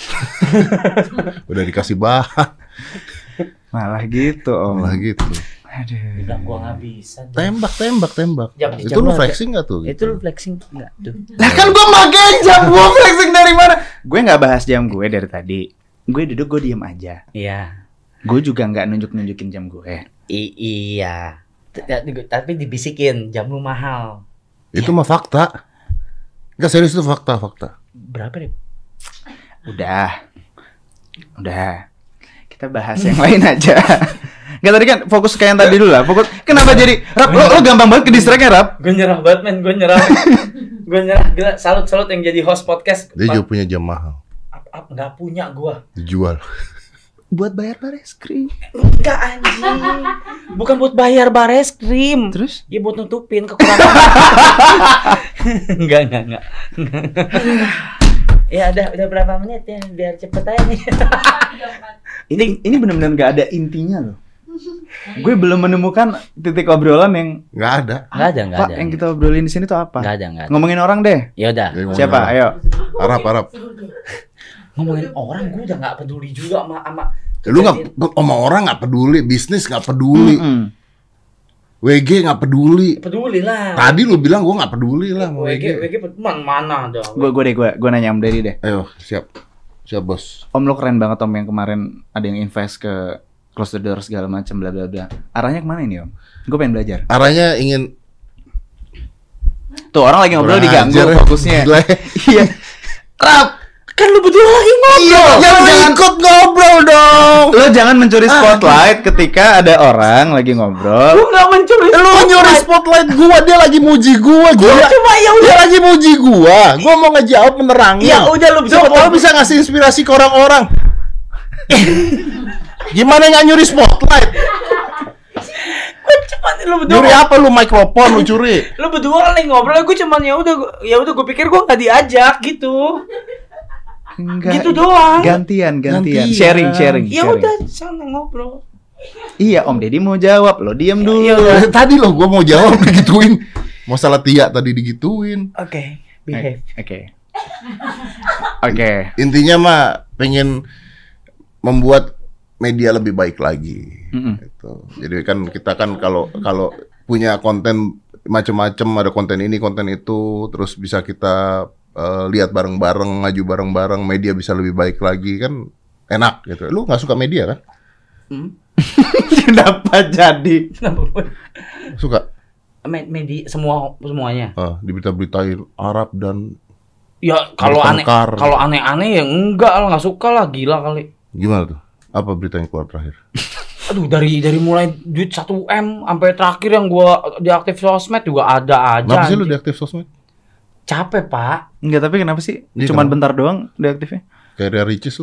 Udah dikasih bahan. Malah gitu, Om. Malah gitu. Aduh. Bilang gua nggak bisa. Tembak, tembak, tembak. Jam- Itu jam lu lu ada- flexing nggak tuh? Itu lu flexing enggak tuh? Lah kan gue makein jam, gue flexing dari mana? Gue nggak bahas jam gue dari tadi. Gue duduk, gue diem aja. Iya. Gue juga nggak nunjuk-nunjukin jam gue. I- iya. T- Tapi dibisikin jam lu mahal. Itu mah fakta. Enggak serius itu fakta, fakta. Berapa deh? Udah, udah. Kita bahas yang lain aja. Nggak, tadi kan fokus kayak yang tadi dulu lah. Fokus. Kenapa jadi Rap? Lo, lo gampang banget ke distract-nya, Rap. Gue nyerah banget men, gue nyerah. Gue nyerah, gila. Salut-salut yang jadi host podcast. Dia juga punya jam mahal. Ap, ap, nggak punya gua. Dijual. Buat bayar baris krim. Enggak anjing. Bukan buat bayar bares krim. Terus? Ya buat nutupin kekurangan. Enggak, enggak, enggak. Ya udah udah berapa menit ya biar cepet aja nih. Ini ini benar-benar nggak ada intinya loh. Gue belum menemukan titik obrolan yang Enggak ada. Enggak ada, enggak Pak ada. yang kita obrolin di sini tuh apa? Enggak ada, enggak ada. Ngomongin orang deh. Ya udah. Dia ngomongin Siapa? orang. Ayo. Arab, Arab. Ngomongin orang gue udah enggak peduli juga sama sama Lu nggak sama orang nggak peduli, bisnis nggak peduli, Mm-mm. W G nggak peduli. peduli lah. Tadi lu bilang gua nggak peduli lah sama W W G. G W G man mana dong. Gue gue deh gue gue nanya Om Deddy deh. Ayo, siap, siap bos. Om lo keren banget Om yang kemarin ada yang invest ke close the door segala macam bla bla bla. Arahnya kemana ini Om? Gue pengen belajar. Arahnya ingin Tuh orang lagi ngobrol diganggu Belajar. fokusnya. Gila. Iya. Rap. Kan lu berdua lagi ngobrol. Iya, Jangan jangan ikut ngobrol dong. lo jangan mencuri spotlight ketika ada orang lagi ngobrol. Lu enggak mencuri. Lu nyuri spotlight gua, dia lagi muji gua. Gila. Cuma ya Dia udah. lagi muji gua. Gua mau ngejawab menerangin. Ya udah lu bisa Siapa tahu bisa ngasih inspirasi ke orang-orang. Gimana nggak nyuri spotlight? Cuman lu berdua. Nyuri apa lu, mikrofon lu curi? Lu berdua lagi ngobrol, gue cuman ya udah gua- ya udah gue pikir gue nggak diajak gitu. Enggak. Gitu doang. Gantian, gantian. Gantian. Sharing, sharing. Ya sharing. udah sana ngobrol. Iya, Om Deddy mau jawab, lo diam dulu. Ya udah. Eh, Tadi loh gua mau jawab digituin. Masalah Tia tadi digituin. Oke, Eh, behave. Oke. Oke. Intinya mah pengen membuat media lebih baik lagi. Mm-mm. Gitu. Jadi kan kita kan kalau kalau punya konten macam-macam, ada konten ini, konten itu, terus bisa kita eh, lihat bareng-bareng, ngaju bareng-bareng, media bisa lebih baik lagi kan enak gitu. Lu nggak suka media kan? Kenapa jadi? Kenapa gue? Suka? Me- Media semua semuanya. Ah, diberita-beritain Arab dan Ya kalau aneh Bertengkar. kalau aneh-aneh ya enggak lah, nggak suka lah, gila kali. gimana tuh? Apa berita yang keluar terakhir? Aduh, dari dari mulai duit satu M sampai terakhir yang gua diaktif sosmed juga ada aja. Kenapa sih lu anjing. deaktif sosmed? Capek, Pak. Enggak, tapi kenapa sih? Iya, Cuman kenapa? bentar doang deaktifnya. Kayak Ria Ricis lu.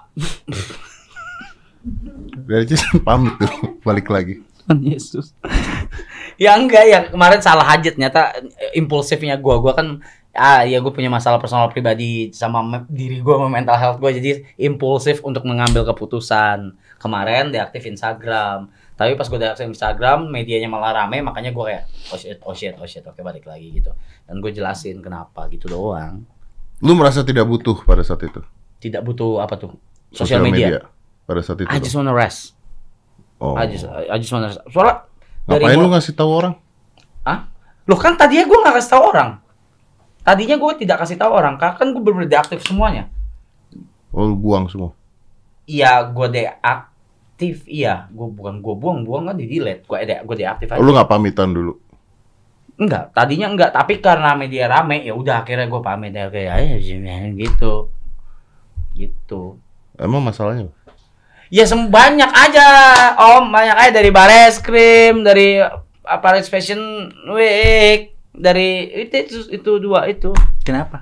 Ria Ricis pamit tuh, balik lagi. Yesus. Ya enggak, ya kemarin salah aja ternyata eh, impulsifnya gua. Gua kan ah ya gue punya masalah personal pribadi sama me- diri gua sama mental health gua, jadi impulsif untuk mengambil keputusan. Kemarin deaktif Instagram. Tapi pas gue deaktif Instagram, medianya malah rame, makanya gue kayak oh shit, oh shit, oh shit, oke balik lagi gitu. Dan gue jelasin kenapa gitu doang. Lu merasa tidak butuh pada saat itu? Tidak butuh apa tuh? Sosial media. pada saat itu. I just wanna rest. Oh. I just I just wanna rest. Soalnya dari Ngapain lu mul- ngasih tahu orang? Hah? Loh kan tadinya gue nggak kasih tahu orang. Tadinya gue tidak kasih tahu orang, karena kan gue bener-bener deaktif semuanya. Oh, lu buang semua. Iya, gue deaktif, iya. Gue bukan gue buang-buang kan di delete. Gue de gue deaktif aja. Oh, lu nggak pamitan dulu? Enggak, tadinya enggak, tapi karena media rame ya udah akhirnya gue pamit ya kayak gitu. Gitu. Emang masalahnya? Ya sem banyak aja, Om, banyak aja dari Bareskrim, dari uh, Paris Fashion Week, dari itu, itu itu dua itu. Kenapa?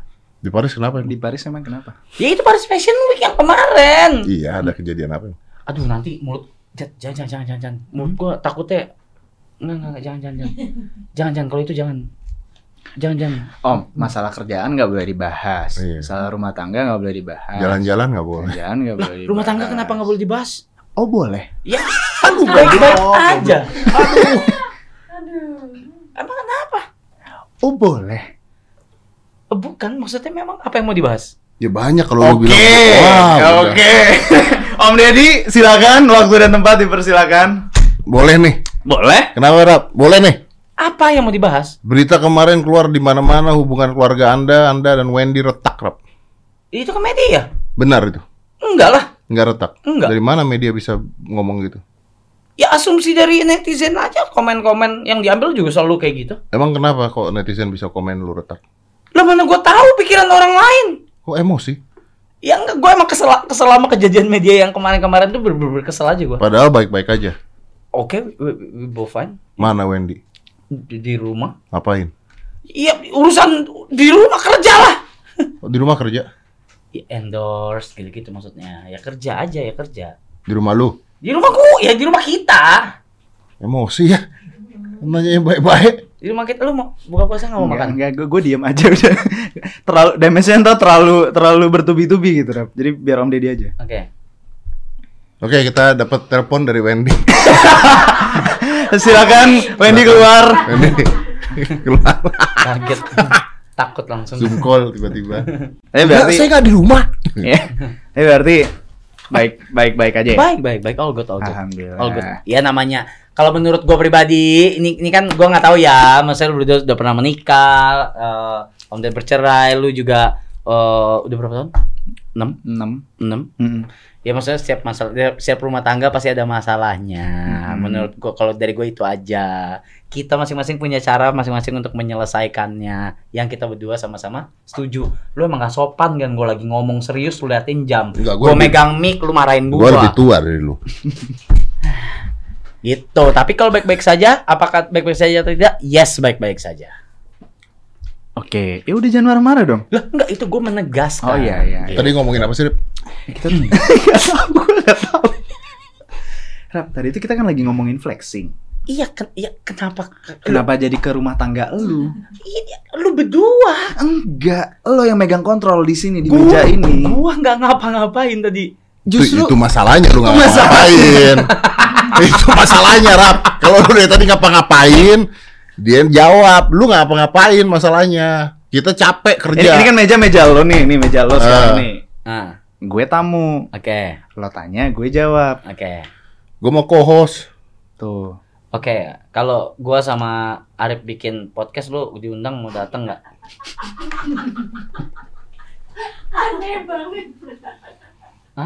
Di Paris kenapa? Di Paris emang kenapa? Ya itu Paris Fashion Week yang kemarin. Iya, ada kejadian apa? Aduh nanti mulut jangan jangan jangan jangan, jangan. Mulut gua takutnya enggak enggak enggak, jangan jangan jangan. Jangan jangan kalau itu jangan. Jangan jangan. Om, masalah kerjaan nggak boleh dibahas. Iya. Masalah rumah tangga nggak boleh dibahas. Jalan-jalan nggak boleh. Jalan nggak boleh dibahas. Rumah tangga kenapa nggak boleh dibahas? Oh boleh. Ya, aduh baik-baik Oh, aja. Aduh. Aduh. Emang kenapa? Oh boleh. Eh, Bukan, maksudnya memang apa yang mau dibahas? Ya banyak kalau lu Oke, bilang. Wah, udah. oke. Om Deddy, silakan. Waktu dan tempat dipersilakan. Boleh nih. Boleh. Kenapa, Rap? Boleh nih. Apa yang mau dibahas? Berita kemarin keluar di mana-mana hubungan keluarga Anda, Anda dan Wendy retak, Rap. Itu kan media. Benar itu? Enggak lah. Nggak retak. Enggak. Dari mana media bisa ngomong gitu? Ya asumsi dari netizen aja, komen-komen yang diambil juga selalu kayak gitu. Emang kenapa kok netizen bisa komen lu retak? Lah mana gue tahu pikiran orang lain. Kok emosi? Ya enggak, gue emang kesel, kesel sama kejadian media yang kemarin-kemarin tuh bener-bener kesel aja gue. Padahal baik-baik aja. Oke, we, we both fine. Mana Wendy? Di, di rumah. Ngapain? Iya, urusan di rumah kerja lah. Oh, di rumah kerja? Ya, endorse gitu-gitu maksudnya. Ya kerja aja, ya kerja. Di rumah lu? Di rumah gue, ya di rumah kita. Emosi ya? Nanya yang baik-baik. Di rumah kita, lu mau buka puasa nggak mau Enggak, makan? enggak, gue, gue diem aja udah. Terlalu, damage-nya entar terlalu, terlalu bertubi-tubi gitu, Rap. Jadi biar Om Deddy aja. Oke. Oke, kita dapat telepon dari Wendy. Silakan, Wendy keluar. Wendy keluar. Kaget. Takut langsung. Zoom call tiba-tiba. Eh berarti, saya nggak di rumah. ya. Eh berarti baik, baik, baik aja. Ya? Baik, baik, baik. All good, all good. Alhamdulillah. All good. Ya namanya, kalau menurut gue pribadi, ini ini kan gue nggak tahu ya. Maksudnya lu berdua udah pernah menikah, uh, Om Deddy bercerai, lu juga uh, udah berapa tahun? Enam, Enam. enam. Mm. Ya maksudnya setiap masalah, setiap rumah tangga pasti ada masalahnya. Hmm. Menurut gua, kalau dari gue itu aja. Kita masing-masing punya cara masing-masing untuk menyelesaikannya. Yang kita berdua sama-sama setuju. Lu emang gak sopan kan, gue lagi ngomong serius, lu liatin jam. Enggak, gua Gue lebih- megang mic, lu marahin Gua gua. lebih tua dari lu. Gitu. Tapi kalau baik-baik saja, apakah baik-baik saja atau tidak? Yes, baik-baik saja. Oke, ya udah jangan marah-marah dong. Lah, enggak, itu gue menegaskan. Oh, iya, iya. Gitu. Tadi ngomongin apa sih, Rip? Kita nggak tahu, gue nggak tahu. Rap, tadi itu kita kan lagi ngomongin flexing. Iya, ken iya, kenapa? Kenapa jadi ke rumah tangga lu? Iya, lu berdua. Enggak, lo yang megang kontrol di sini di Gua- meja ini. Gua nggak ngapa-ngapain tadi. Justru itu, itu masalahnya lu nggak Itu masalah. ngapain. Itu masalahnya, Rap. Kalau lu dari tadi ngapa-ngapain, dia jawab, lu nggak ngapa-ngapain masalahnya. Kita capek ini, kerja. ini kan meja-meja lo nih, ini meja lo sekarang Ah. nih. Ah, Gue tamu, oke. lo tanya, gue jawab. Oke. Gue mau co-host. Tuh. Oke, kalau gua sama Arif bikin podcast, lu diundang mau datang nggak? Aneh banget. Hah?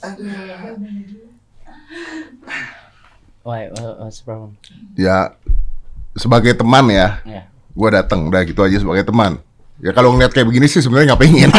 Why? What's the problem? Ya sebagai teman ya, Ya. gue datang, udah gitu aja sebagai teman. Ya kalau ngeliat kayak begini sih sebenarnya nggak pengen.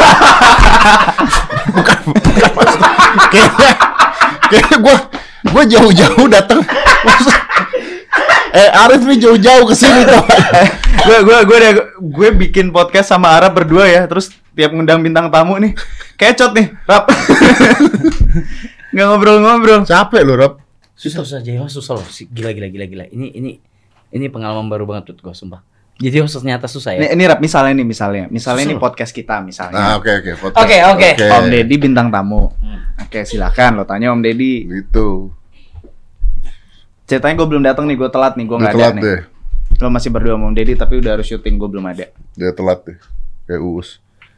bukan, bukan maksud. Kayaknya, kayaknya gue, gue jauh-jauh datang. Maksud- eh Arif nih jauh-jauh ke sini tuh. gue gue gue udah gue bikin podcast sama Arab berdua ya, terus tiap ngundang bintang tamu nih kecot nih, Rap. Nggak ngobrol-ngobrol. Capek lu, Rob. Susah susah jadi host susah loh. Si- Gila gila gila gila. Ini ini ini pengalaman baru banget tuh gua sumpah. Jadi host ternyata susah ya. Ini, ini Rap, misalnya nih, misalnya, misalnya ini Susul. podcast kita misalnya. Nah, oke oke. foto. Oke, oke. Om Deddy bintang tamu. Oke, silakan lo tanya Om Deddy. Gitu. Ceritanya gue belum datang nih, gue telat nih, gue Dia nggak ada telat nih. deh. Lo masih berdua sama Om Deddy tapi udah harus syuting, gue belum ada. Dia telat deh. Kayak Uus.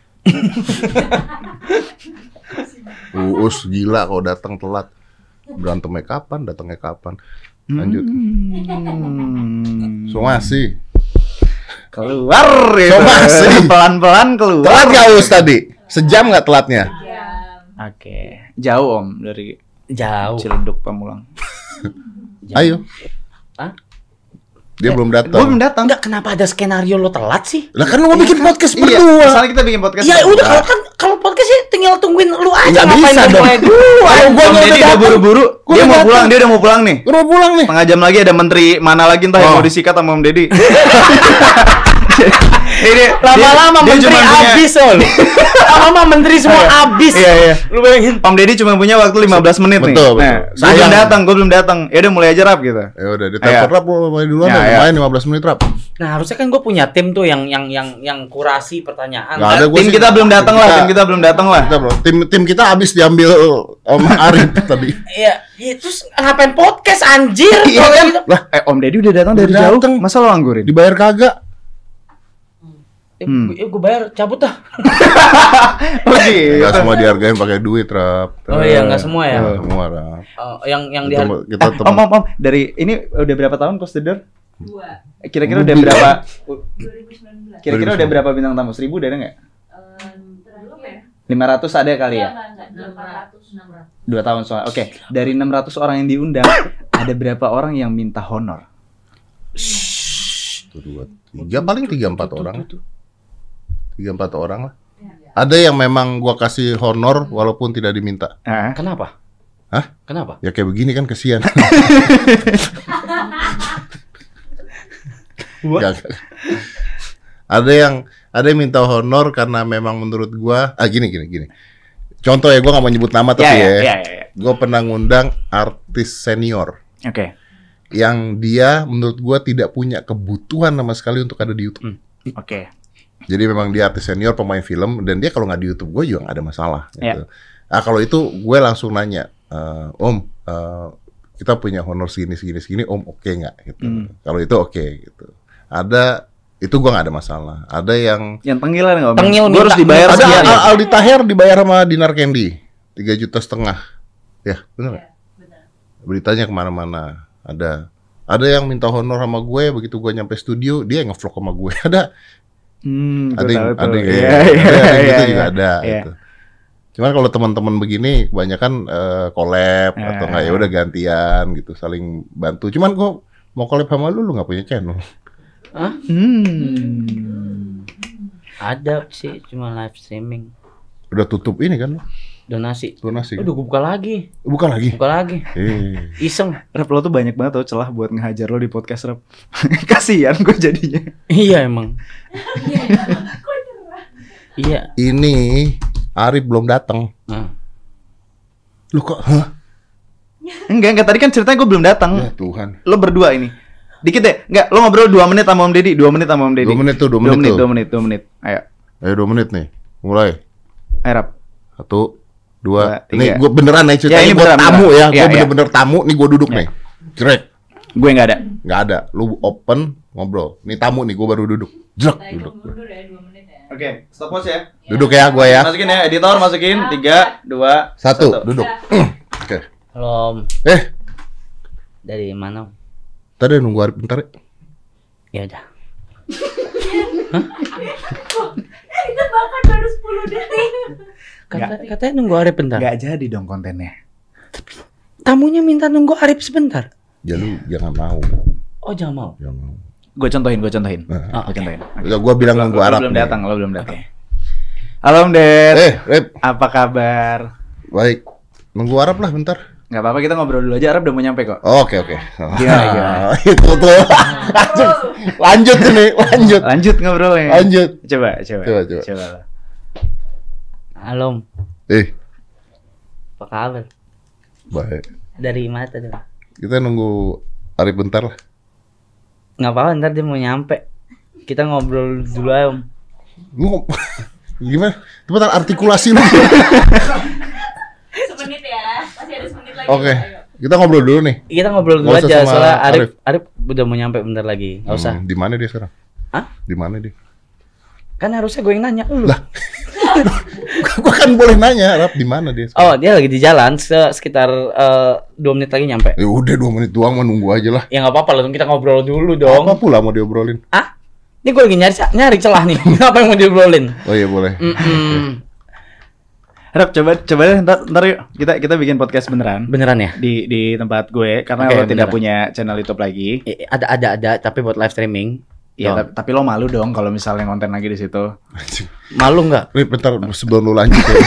Uus gila kalau datang telat. Berantemnya kapan, datangnya kapan. Lanjut. Hmm. Somasi. Keluar itu. Somasi. Pelan-pelan keluar. Telat nggak Uus tadi? Sejam nggak telatnya? Oke, jauh Om dari Jauh. Ciledug Pamulang. Ayo. Hah? Dia belum Gue datang. belum datang. Enggak, kenapa ada skenario lo telat sih? Lah kan lu mau bikin podcast Iya, berdua. misalnya kita bikin podcast. Ya berdua. udah kalau kan kalau podcast sih tinggal tungguin lu aja. Nggak ngapain bisa lu dong. mulai duluan. Kalau gua Om udah Deddy udah datang. buru-buru. Gua Dia udah mau datang. pulang, dia udah mau pulang nih. Gua mau pulang nih. Setengah jam lagi ada menteri mana lagi entah yang Oh. mau disikat sama Om Deddy. Ini Lama-lama dia- dia menteri cuma punya- abis loh. Lama-lama menteri semua abis. Iya, iya. Lu bayangin. Om Deddy cuma punya waktu lima belas menit nih. Betul, betul. Nah, gue Sayang. belum datang, gue belum datang. Ya udah mulai aja rap gitu. Ya udah ditelepon Ayo. Rap lu main duluan Ya, deh, ya. main lima belas menit Rap. Nah, harusnya kan gue punya tim tuh yang yang yang yang kurasi pertanyaan. Nggak ada, gua Tim sih- kita belum datang lah, kita- tim kita belum datang lah. Kita bro, tim tim kita habis diambil sama Arif tadi. Iya, iya terus ngapain podcast anjir? Iya Kalau kan? gitu. Lah, eh Om Deddy udah datang dari Udah jauh. datang. Masa lo anggurin? Dibayar kagak? Eh, Hmm. gue bayar cabut dah. Oh gitu. Enggak semua dihargain pakai duit, Rap. Oh iya, nggak semua ya. Nggak semua, Rap. Oh, yang yang Kita, di kita Eh, tem- om, om, om, dari ini udah berapa tahun Close the Door? Dua. Kira-kira udah berapa? dua ribu sembilan belas. Kira-kira udah berapa bintang tamu? Seribu udah ada nggak? Terakhir. lima ratus ada kali ya? Enggak, enggak, delapan ratus, enam ratus. Dua tahun soal. Oke, dari enam ratus orang yang diundang, ada berapa orang yang minta honor? Satu, dua, tiga paling tiga empat orang. Tiga empat orang lah. Ada yang memang gua kasih honor walaupun tidak diminta. Ah, Kenapa? Hah? Kenapa? Ya kayak begini kan kesian. Nggak. Ada yang ada yang minta honor karena memang menurut gua ah gini gini gini. Contoh ya, gua nggak mau nyebut nama tapi ya, ya. ya, ya, ya, ya. Gua pernah ngundang artis senior Oke. yang dia menurut gua tidak punya kebutuhan sama sekali untuk ada di YouTube. Hmm. Oke. Jadi memang dia artis senior, pemain film, dan dia kalau nggak di YouTube gue juga nggak ada masalah. Gitu. Ah kalau itu gue langsung nanya, "Eh, Om, eh, kita punya honor segini segini segini, Om oke nggak? Gitu. Hmm. Kalau itu oke gitu. Ada itu gue nggak ada masalah. Ada yang Yang tengilan nggak Om? Tengil Gua harus minta- dibayar ada sekian. Al- Aldi Taher dibayar sama Dinar Candy tiga juta setengah. Ya benar nggak? Beritanya kemana-mana. Ada ada yang minta honor sama gue begitu gue nyampe studio dia yang ngevlog sama gue. Ada Hmm, ada gua yang tahu ada tuh. yang, Iya, ada iya, yang iya, gitu iya. juga ada Iya. gitu. Cuman kalau teman-teman begini kebanyakan eh, collab Eh. atau enggak ya udah gantian gitu, saling bantu. Cuman gua mau collab sama lu lu nggak punya channel. Hah? Hmm. Ada sih, cuma live streaming. Udah tutup ini kan lu? Donasi. Donasi. Udah gue buka lagi. Bukan lagi. Buka lagi. Eh. Iseng. Rap lo tuh banyak banget tau celah buat ngehajar lo di podcast Rap. Kasian gue jadinya. Iya emang. Iya. Ini Arif belum datang. Nah. Lu kok hah? Enggak, enggak tadi kan ceritanya gue belum datang. Ya Tuhan. Lo berdua ini. Dikit deh. Enggak, lo ngobrol dua menit sama Om Deddy, dua menit sama Om Deddy. Dua menit tuh, dua Dua menit menit, tuh. dua menit, dua menit. Ayo. Ayo dua menit nih. Mulai. Ayo Rap. Satu, Dua, dua. tiga. Ini gue beneran nih ceritanya. Ya, ini Gue beneran, tamu beneran. ya. Iya, Gue iya. bener-bener tamu. Nih gue duduk Iya. nih. Jerek. Gue enggak ada. Nggak ada. Lu open ngobrol. Nih tamu nih. Gue baru duduk. Jerek. Duduk. Mundur ya dua menit ya. Oke, stop watch ya. Duduk ya gue ya. Masukin ya, editor masukin. Tiga, dua, Satu. Duduk. Oke. Halo, Om. Eh. Dari mana? Om? Tadi nunggu Arif bentar ya. Ya udah. Itu bahkan baru sepuluh detik. Kata, katanya nunggu Arif bentar. Enggak jadi dong kontennya. Tamunya minta nunggu Arif sebentar. Ya lu jangan mau. Oh jangan mau. Jangan mau. Gue contohin, gue contohin. Nah. Gue contohin. Ya, gue bilang Lo- nunggu lo Arif. belum nih. datang, lo belum datang. Halo Om Ded. Eh, Rip. Apa kabar? Baik. Nunggu Arif lah bentar. Gak apa-apa, kita ngobrol dulu aja. Arab udah mau nyampe kok. Oh, Oke, oke. Gimana, gimana? Itu tuh. Lanjut. Lanjut ini. Lanjut. Lanjut ngobrolnya. Lanjut. Coba, coba. Coba, coba. Coba. Halo, Om. Eh, Apa kabar? baik. Dari mana tadi? Om? Kita nunggu Arif bentar lah. Nggak apa-apa, ntar dia mau nyampe. Kita ngobrol dulu aja, Om. Lu ngom- gimana? Cepetan artikulasi lu. Semenit ya. Masih ada semenit lagi. Oke. Ayo. Kita ngobrol dulu nih. Kita ngobrol dulu Nggak usah aja, sama soalnya Arif, Arif. Arif udah mau nyampe bentar lagi. Nggak usah. Hmm, di mana dia sekarang? Hah? Di mana dia? Kan harusnya gue yang nanya lu. Lah. Gua kan boleh nanya, Rap, di mana dia? Oh, dia lagi di jalan, se- sekitar eh, dua menit lagi nyampe. Ya udah dua menit doang, mah nunggu aja lah. Ya nggak apa-apa lah, kita ngobrol dulu dong. Apa pula mau diobrolin? Ah? Ini gue lagi nyari nyari celah nih. Apa yang mau diobrolin? Oh iya boleh. Mm-mm. Rap, coba coba deh, ntar, ntar yuk kita kita bikin podcast beneran Beneran ya? di di tempat gue karena Oke, lo tidak beneran. punya channel YouTube lagi. Eh, ada ada ada, tapi buat live streaming. Ya, Dong. tapi, tapi lo malu dong kalau misalnya konten lagi di situ. Malu nggak? Nih bentar sebelum lu lanjut ya.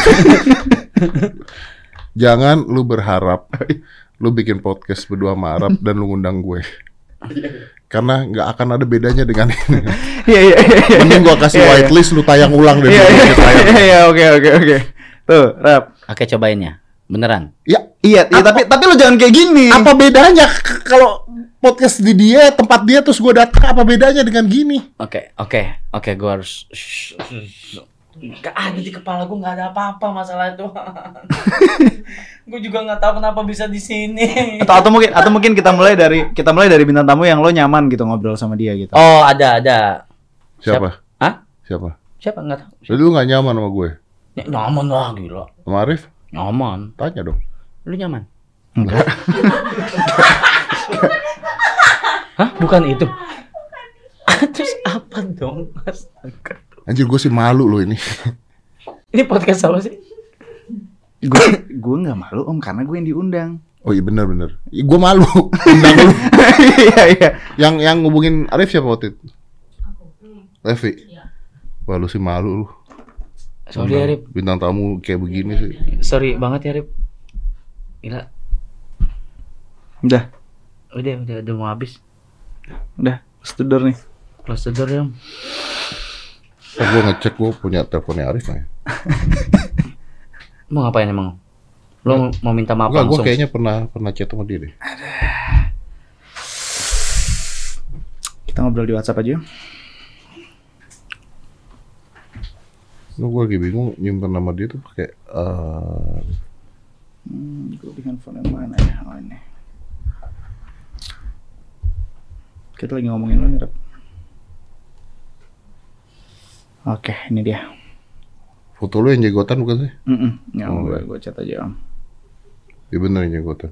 Jangan lu berharap lu bikin podcast berdua sama Arab dan lu ngundang gue. karena nggak akan ada bedanya dengan ini. Iya iya iya. Mending gua kasih Iya, iya. whitelist lu tayang ulang deh. Iya dulu iya kita tayang. iya, iya oke oke oke. Tuh, Rap. Oke, cobain ya. Beneran. Ya, Iya, iya tapi tapi lu jangan kayak gini. apa bedanya k- kalau podcast di dia, tempat dia terus gua datang, apa bedanya dengan gini? Oke, oke, oke, gue harus. Gak ada di kepala gue, nggak ada apa-apa masalah itu. Gue juga nggak tahu kenapa bisa di sini. Atau atau mungkin atau mungkin kita mulai dari kita mulai dari bintang tamu yang lo nyaman gitu ngobrol sama dia gitu. Oh, ada, ada. Siapa? Hah? Siapa? Siapa nggak tahu? Jadi lu nggak nyaman sama gue? Ya, nyaman lah, gila. Sama Arif? Nyaman. Tanya dong. Lu nyaman? Enggak. Hah? Bukan itu. Terus apa dong? Astaga. Anjir, gue sih malu lo ini. Ini podcast apa sih? Gue gue nggak malu om karena gue yang diundang. Oh iya benar benar. Gue malu. Undang lu. Iya iya. Yang yang ngubungin Arif siapa waktu itu? Levi. Wah lu sih malu lu. Sorry ya, Rip. Bintang tamu kayak begini sih. Sorry banget ya, Rip. Gila. Udah Udah, udah, udah mau habis. udah studor nih. Close the door ya. Kan gue ngecek gue punya teleponnya Arif nggak ya? Mau ngapain emang? Lo mau minta maaf Enggak, gue langsung? kayaknya pernah pernah chat sama dia deh. Kita ngobrol di WhatsApp aja. Lu gue lagi bingung nyimpen nama dia tuh pakai uh, Hmm, gue di handphone yang mana ya? Oh ini. Kita lagi ngomongin lo nih, Rap. Oke, ini dia. foto lu yang jagotan bukan sih? Mm ya, Oh, gue iya. gue chat aja om. Iya bener yang jagotan.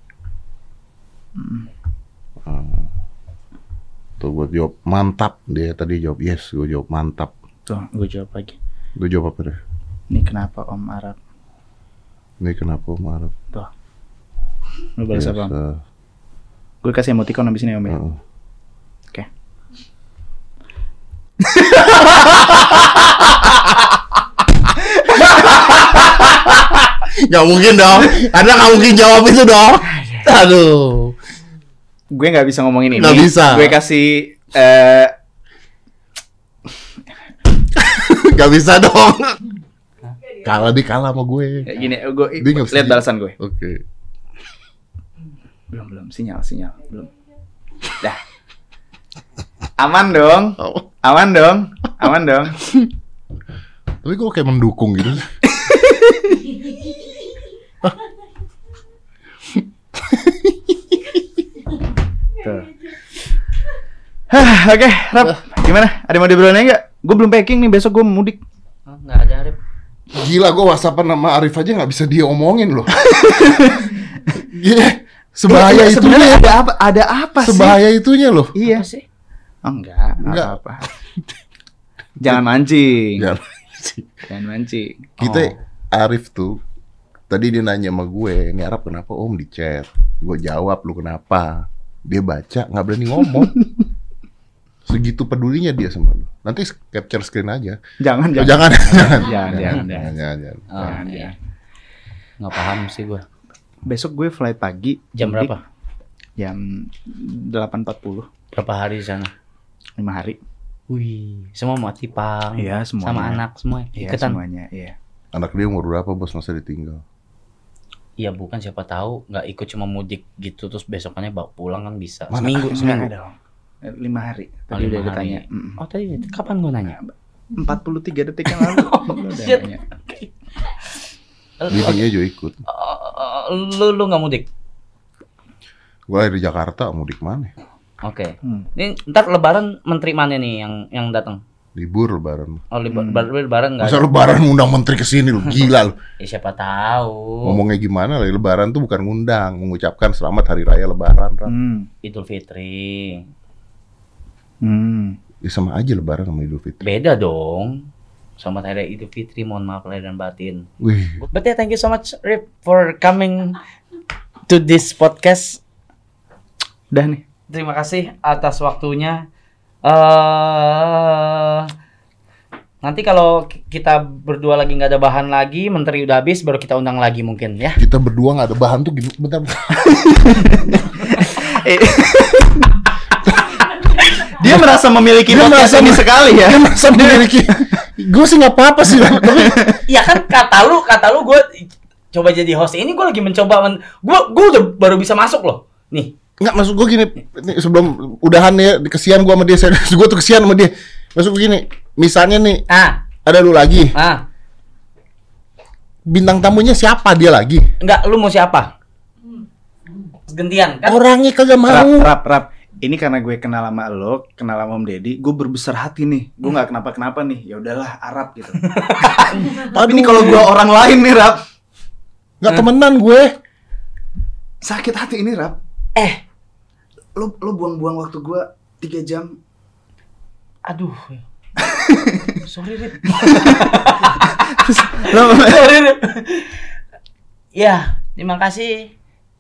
Ah. Tuh gue jawab mantap, dia tadi jawab yes, gue jawab mantap. Tuh, gue jawab lagi. Lu jawab apa deh? Ini kenapa om Arab? Ini kenapa marah? Tuh. Lu balas apa om? Biasa. Gue kasih emoticon abis ini om ya. Heeh. Oke. Gak mungkin dong, Anda gak mungkin jawab itu dong. Aduh. Gue nggak bisa ngomongin ini. Nggak bisa. Gue kasih. eh Gak bisa dong. Kalah di kalah sama gue. kayak gini, gue Dia nggak bisa lihat di- balasan gue. Oke. Belum belum sinyal sinyal belum. Dah. Aman dong, Oh. aman dong, aman dong. Tapi gue kayak mendukung gitu. Tuh. Hah, oke, Rap. Gimana? Ada mau diobrolin nggak? Gue belum packing nih, besok gue mudik. Oh, nggak ada, Rip. Gila, gue whatsappan sama Arif aja gak bisa dia omongin loh. Gila, sebahaya Eh, sebenarnya itunya. ada apa? Ada apa sih? Sebahaya itunya loh. Iya. Apa sih? Oh, enggak, Enggak. apa-apa. Jangan mancing. Jangan. Jangan mancing. Kita Oh. Arif tuh tadi dia nanya sama gue, ini Arab kenapa om di chat? Gue jawab, lu kenapa? Dia baca nggak berani ngomong. Segitu pedulinya dia sama lu. Nanti capture screen aja. Jangan, Oh, jangan. jangan, jangan, Jangan, jangan, jangan, jangan, jangan, jangan. Oh, Jangan, iya. jangan. Nggak paham sih gue. Besok gue flight pagi. Jam mudik berapa? Jam delapan empat puluh. Berapa hari di sana? lima hari. Wih, semua mati pang. Iya, semuanya. Sama anak semua. Iya, Iketan. semuanya, iya. Anak dia umur berapa bos masa ditinggal? Iya, bukan siapa tahu nggak ikut cuma mudik gitu terus besokannya bawa pulang kan bisa. Mana Seminggu, Enggak seminggu. dong. Eh, lima hari. Oh, Tadi udah lima ditanya. hari. Mm. Oh, tadi kapan gue nanya? empat puluh tiga detik yang lalu. Lu udah shit. nanya. Bininya juga ikut. Eh, lu lu nggak mudik? Gue lahir di Jakarta, mudik mana? Oke. Hmm. Ini ntar Lebaran menteri mana nih yang yang datang? Libur lebaran. Oh, liba- bar- Lebaran nggak Masa ada? lebaran ngundang menteri ke sini lu, gila lu. Ya, siapa tahu. Ngomongnya gimana lah, lebaran tuh bukan ngundang, mengucapkan selamat hari raya lebaran, Ram. Hmm. Idul Fitri. Hmm. Ya sama aja lebaran sama Idul Fitri. Beda dong. Selamat Hari Raya Idul Fitri, mohon maaf lahir dan batin. Wih, But yeah, thank you so much Rip for coming to this podcast. Udah nih. Terima kasih atas waktunya. Eh nanti kalau ki- kita berdua lagi nggak ada bahan lagi, menteri udah habis, baru kita undang lagi mungkin ya. kita berdua nggak ada bahan tuh gimana? Bentar, bentar. Eh, Dia merasa memiliki Dia podcast merasa ini me- sekali ya. Dia merasa memiliki. Gue sih nggak apa-apa sih, tapi Iya kan kata lu, kata lu gue coba jadi host ini gue lagi mencoba men gue gue udah baru bisa masuk loh. Nih. nggak masuk gue gini. Ini sebelum udahan ya, kesian gue sama dia. Gue tuh kesian sama dia. Masuk gue gini. Misalnya nih, Ah, ada lu lagi. ah. Bintang tamunya siapa dia lagi? Enggak, lu mau siapa? Gantian kan? Orangnya kagak Rap, mau. rap, rap. Ini karena gue kenal sama lo, kenal sama Om Deddy, gue berbesar hati nih. Gue nggak kenapa-kenapa nih. Ya udahlah, Arab gitu. Tapi ini kalau gue orang lain nih, Rap, Nggak temenan gue. sakit hati ini, Rap. Eh, Lo lo buang-buang waktu gue tiga jam. aduh. Sorry, Rip. Lo Sorry, Rip. Ya, terima kasih.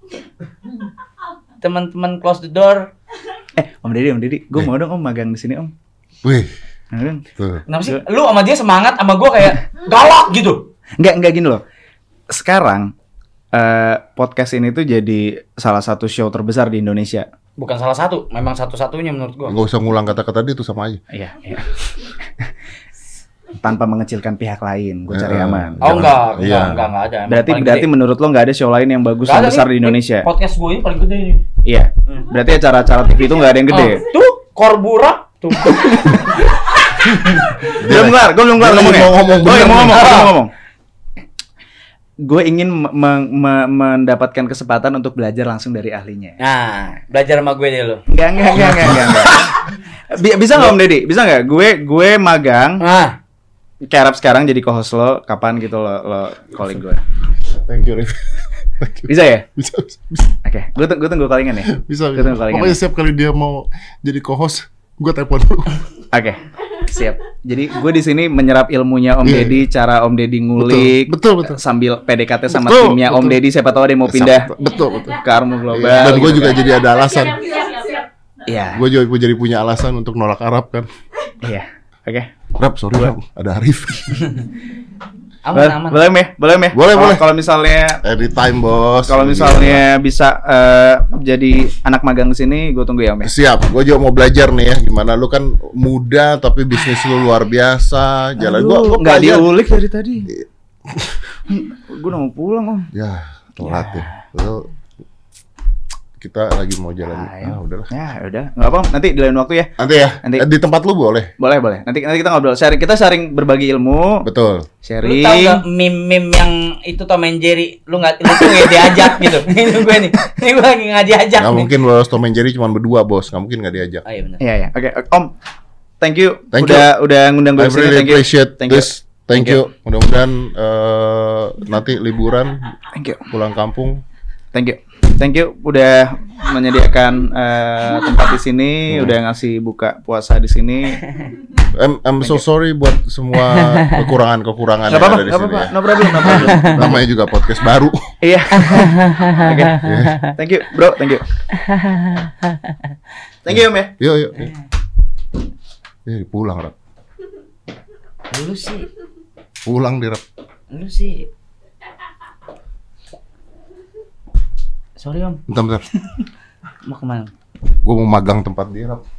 Teman-teman close the door. Eh, Om Deddy, Om Deddy, gue mau dong Om magang di sini Om. Wih, Mau dong. tuh. Kenapa sih? Lu sama dia semangat, sama gue kayak galak gitu. Enggak, enggak gini loh. Sekarang eh, podcast ini tuh jadi salah satu show terbesar di Indonesia. Bukan salah satu, memang satu-satunya menurut gue. Nggak usah ngulang kata-kata dia tuh sama aja. Iya, iya. Tanpa mengecilkan pihak lain, gue cari Eh, aman. Oh enggak, enggak, Iya. enggak, enggak ada. Emang Berarti paling berarti gede. menurut lo nggak ada show lain yang bagus Nggak dan ada besar nih, di Indonesia? Podcast gue ini paling gede ini. Iya. Berarti acara-acara T V itu nggak ada yang gede. Oh, tuh, Korbura tuh. Belum kelar, gue belum kelar Dia lagi ngomongnya. mau ngomong, Oh, iya, bener mau ngomong, nih. gue mau ngomong. Gue ingin me- me- me- mendapatkan kesempatan untuk belajar langsung dari ahlinya. Nah, belajar sama gue deh lu. Enggak, enggak, enggak, enggak, enggak. enggak. Bi- bisa nggak Om Deddy? Bisa nggak? Gue gue magang. Nah, Kayak Arab sekarang jadi co-host lo, kapan gitu lo lo calling gue? Thank you, Rif. Thank you. Bisa ya? Bisa, bisa, bisa. Oke, gue tunggu gue tunggu callingan ya. Bisa, Gue bisa. tunggu callingan. Pokoknya setiap kali dia mau jadi co-host, gue telepon dulu. Oke, siap. Jadi gue di sini menyerap ilmunya Om Iya, Deddy, cara Om Deddy ngulik, Betul, betul, betul. sambil P D K T sama Betul, timnya Om betul. Deddy. Siapa tahu ada yang mau pindah Betul, betul. ke Armu Global. Dan gue gitu juga kan. jadi ada alasan. Siap, siap, siap. Iya, Gue juga jadi punya alasan untuk nolak Arab kan. iya. Oke. Rap, sorry Rap, ada Arif. aman, Boleh, aman. boleh, Meh? Boleh, Meh? Boleh, Kalau- boleh. Kalau misalnya Anytime bos. kalau misalnya bisa eh, jadi anak magang di sini, gue tunggu ya, Om. ya. Siap, gue juga mau belajar nih ya. Gimana lu kan muda tapi bisnis lu luar biasa. Jalan gue, gue nggak belajar. diulik dari tadi. Gue udah mau pulang, Om. Ya, telat ya. Lu, kita lagi mau jalan. Ayo. Ah, udahlah. Ya, udah. Nggak apa, nanti di lain waktu ya. Nanti ya. Nanti. Eh, di tempat lu boleh. Boleh, boleh. Nanti nanti kita ngobrol. Sharing, kita sharing berbagi ilmu, Betul. Lu sharing. tau gak meme-meme yang itu Tom and Jerry? Lu nggak, lu tuh nggak diajak gitu. Ini gue nih, ini gue lagi nggak diajak. Nggak nih. mungkin bos Tom and Jerry cuma berdua bos. Nggak mungkin nggak diajak. Oh iya benar. Iya, iya. Oke, oke. Om. Thank you. Thank udah udah ngundang gue I ke sini. really Thank you. appreciate Thank you. this. Thank you. Mudah-mudahan eh, nanti liburan Thank you. pulang kampung. Thank you. Thank you udah menyediakan eh, tempat di sini, udah ngasih buka puasa di sini. I'm, I'm so sorry buat semua kekurangan-kekurangan Gak yang apa-apa, ada di gak sini. apa-apa. Ya. No problem, no problem. Namanya juga podcast baru. Iya. Oke. Thank you, bro. Thank you. Thank you, Om ya. Yuk, yuk. yuk. Eh, pulang, Rap. Lu sih, Pulang di Rap. lu sih. Sorry Om, Bentar, bentar. mau kemana? Gue mau magang tempat dia, Rap.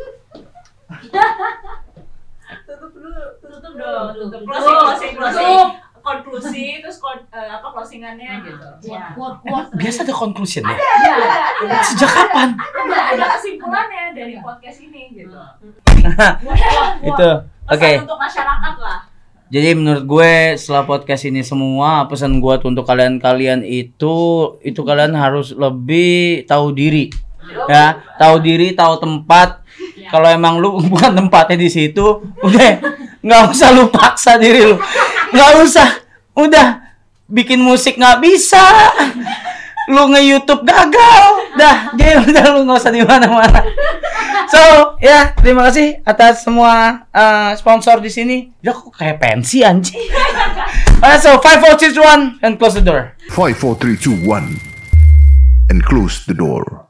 Tutup dong, tutup. Closing, closing, closing. Konklusi, terus kon- eh, apa closingannya gitu. Ya. Biasa ada conclusion ya? Ada, ada. Sejak kapan? Ada, ada kesimpulannya dari podcast ini gitu. Itu, Pesan oke. untuk masyarakat lah. Jadi menurut gue setelah podcast ini semua, pesan gue tuh untuk kalian-kalian itu, itu kalian harus lebih tahu diri, ya, tahu diri, tahu tempat. Kalau emang lu bukan tempatnya di situ, udah nggak usah lu paksa diri lu, nggak usah, udah bikin musik nggak bisa, lu nge-YouTube gagal, dah, jadi udah lu nggak usah di mana-mana. So, ya, terima kasih atas semua uh, sponsor di sini. Ya kok kayak pensi anjing. Alright, so five, four, six, one, and close the door. five, four, three, two, one. And close the door.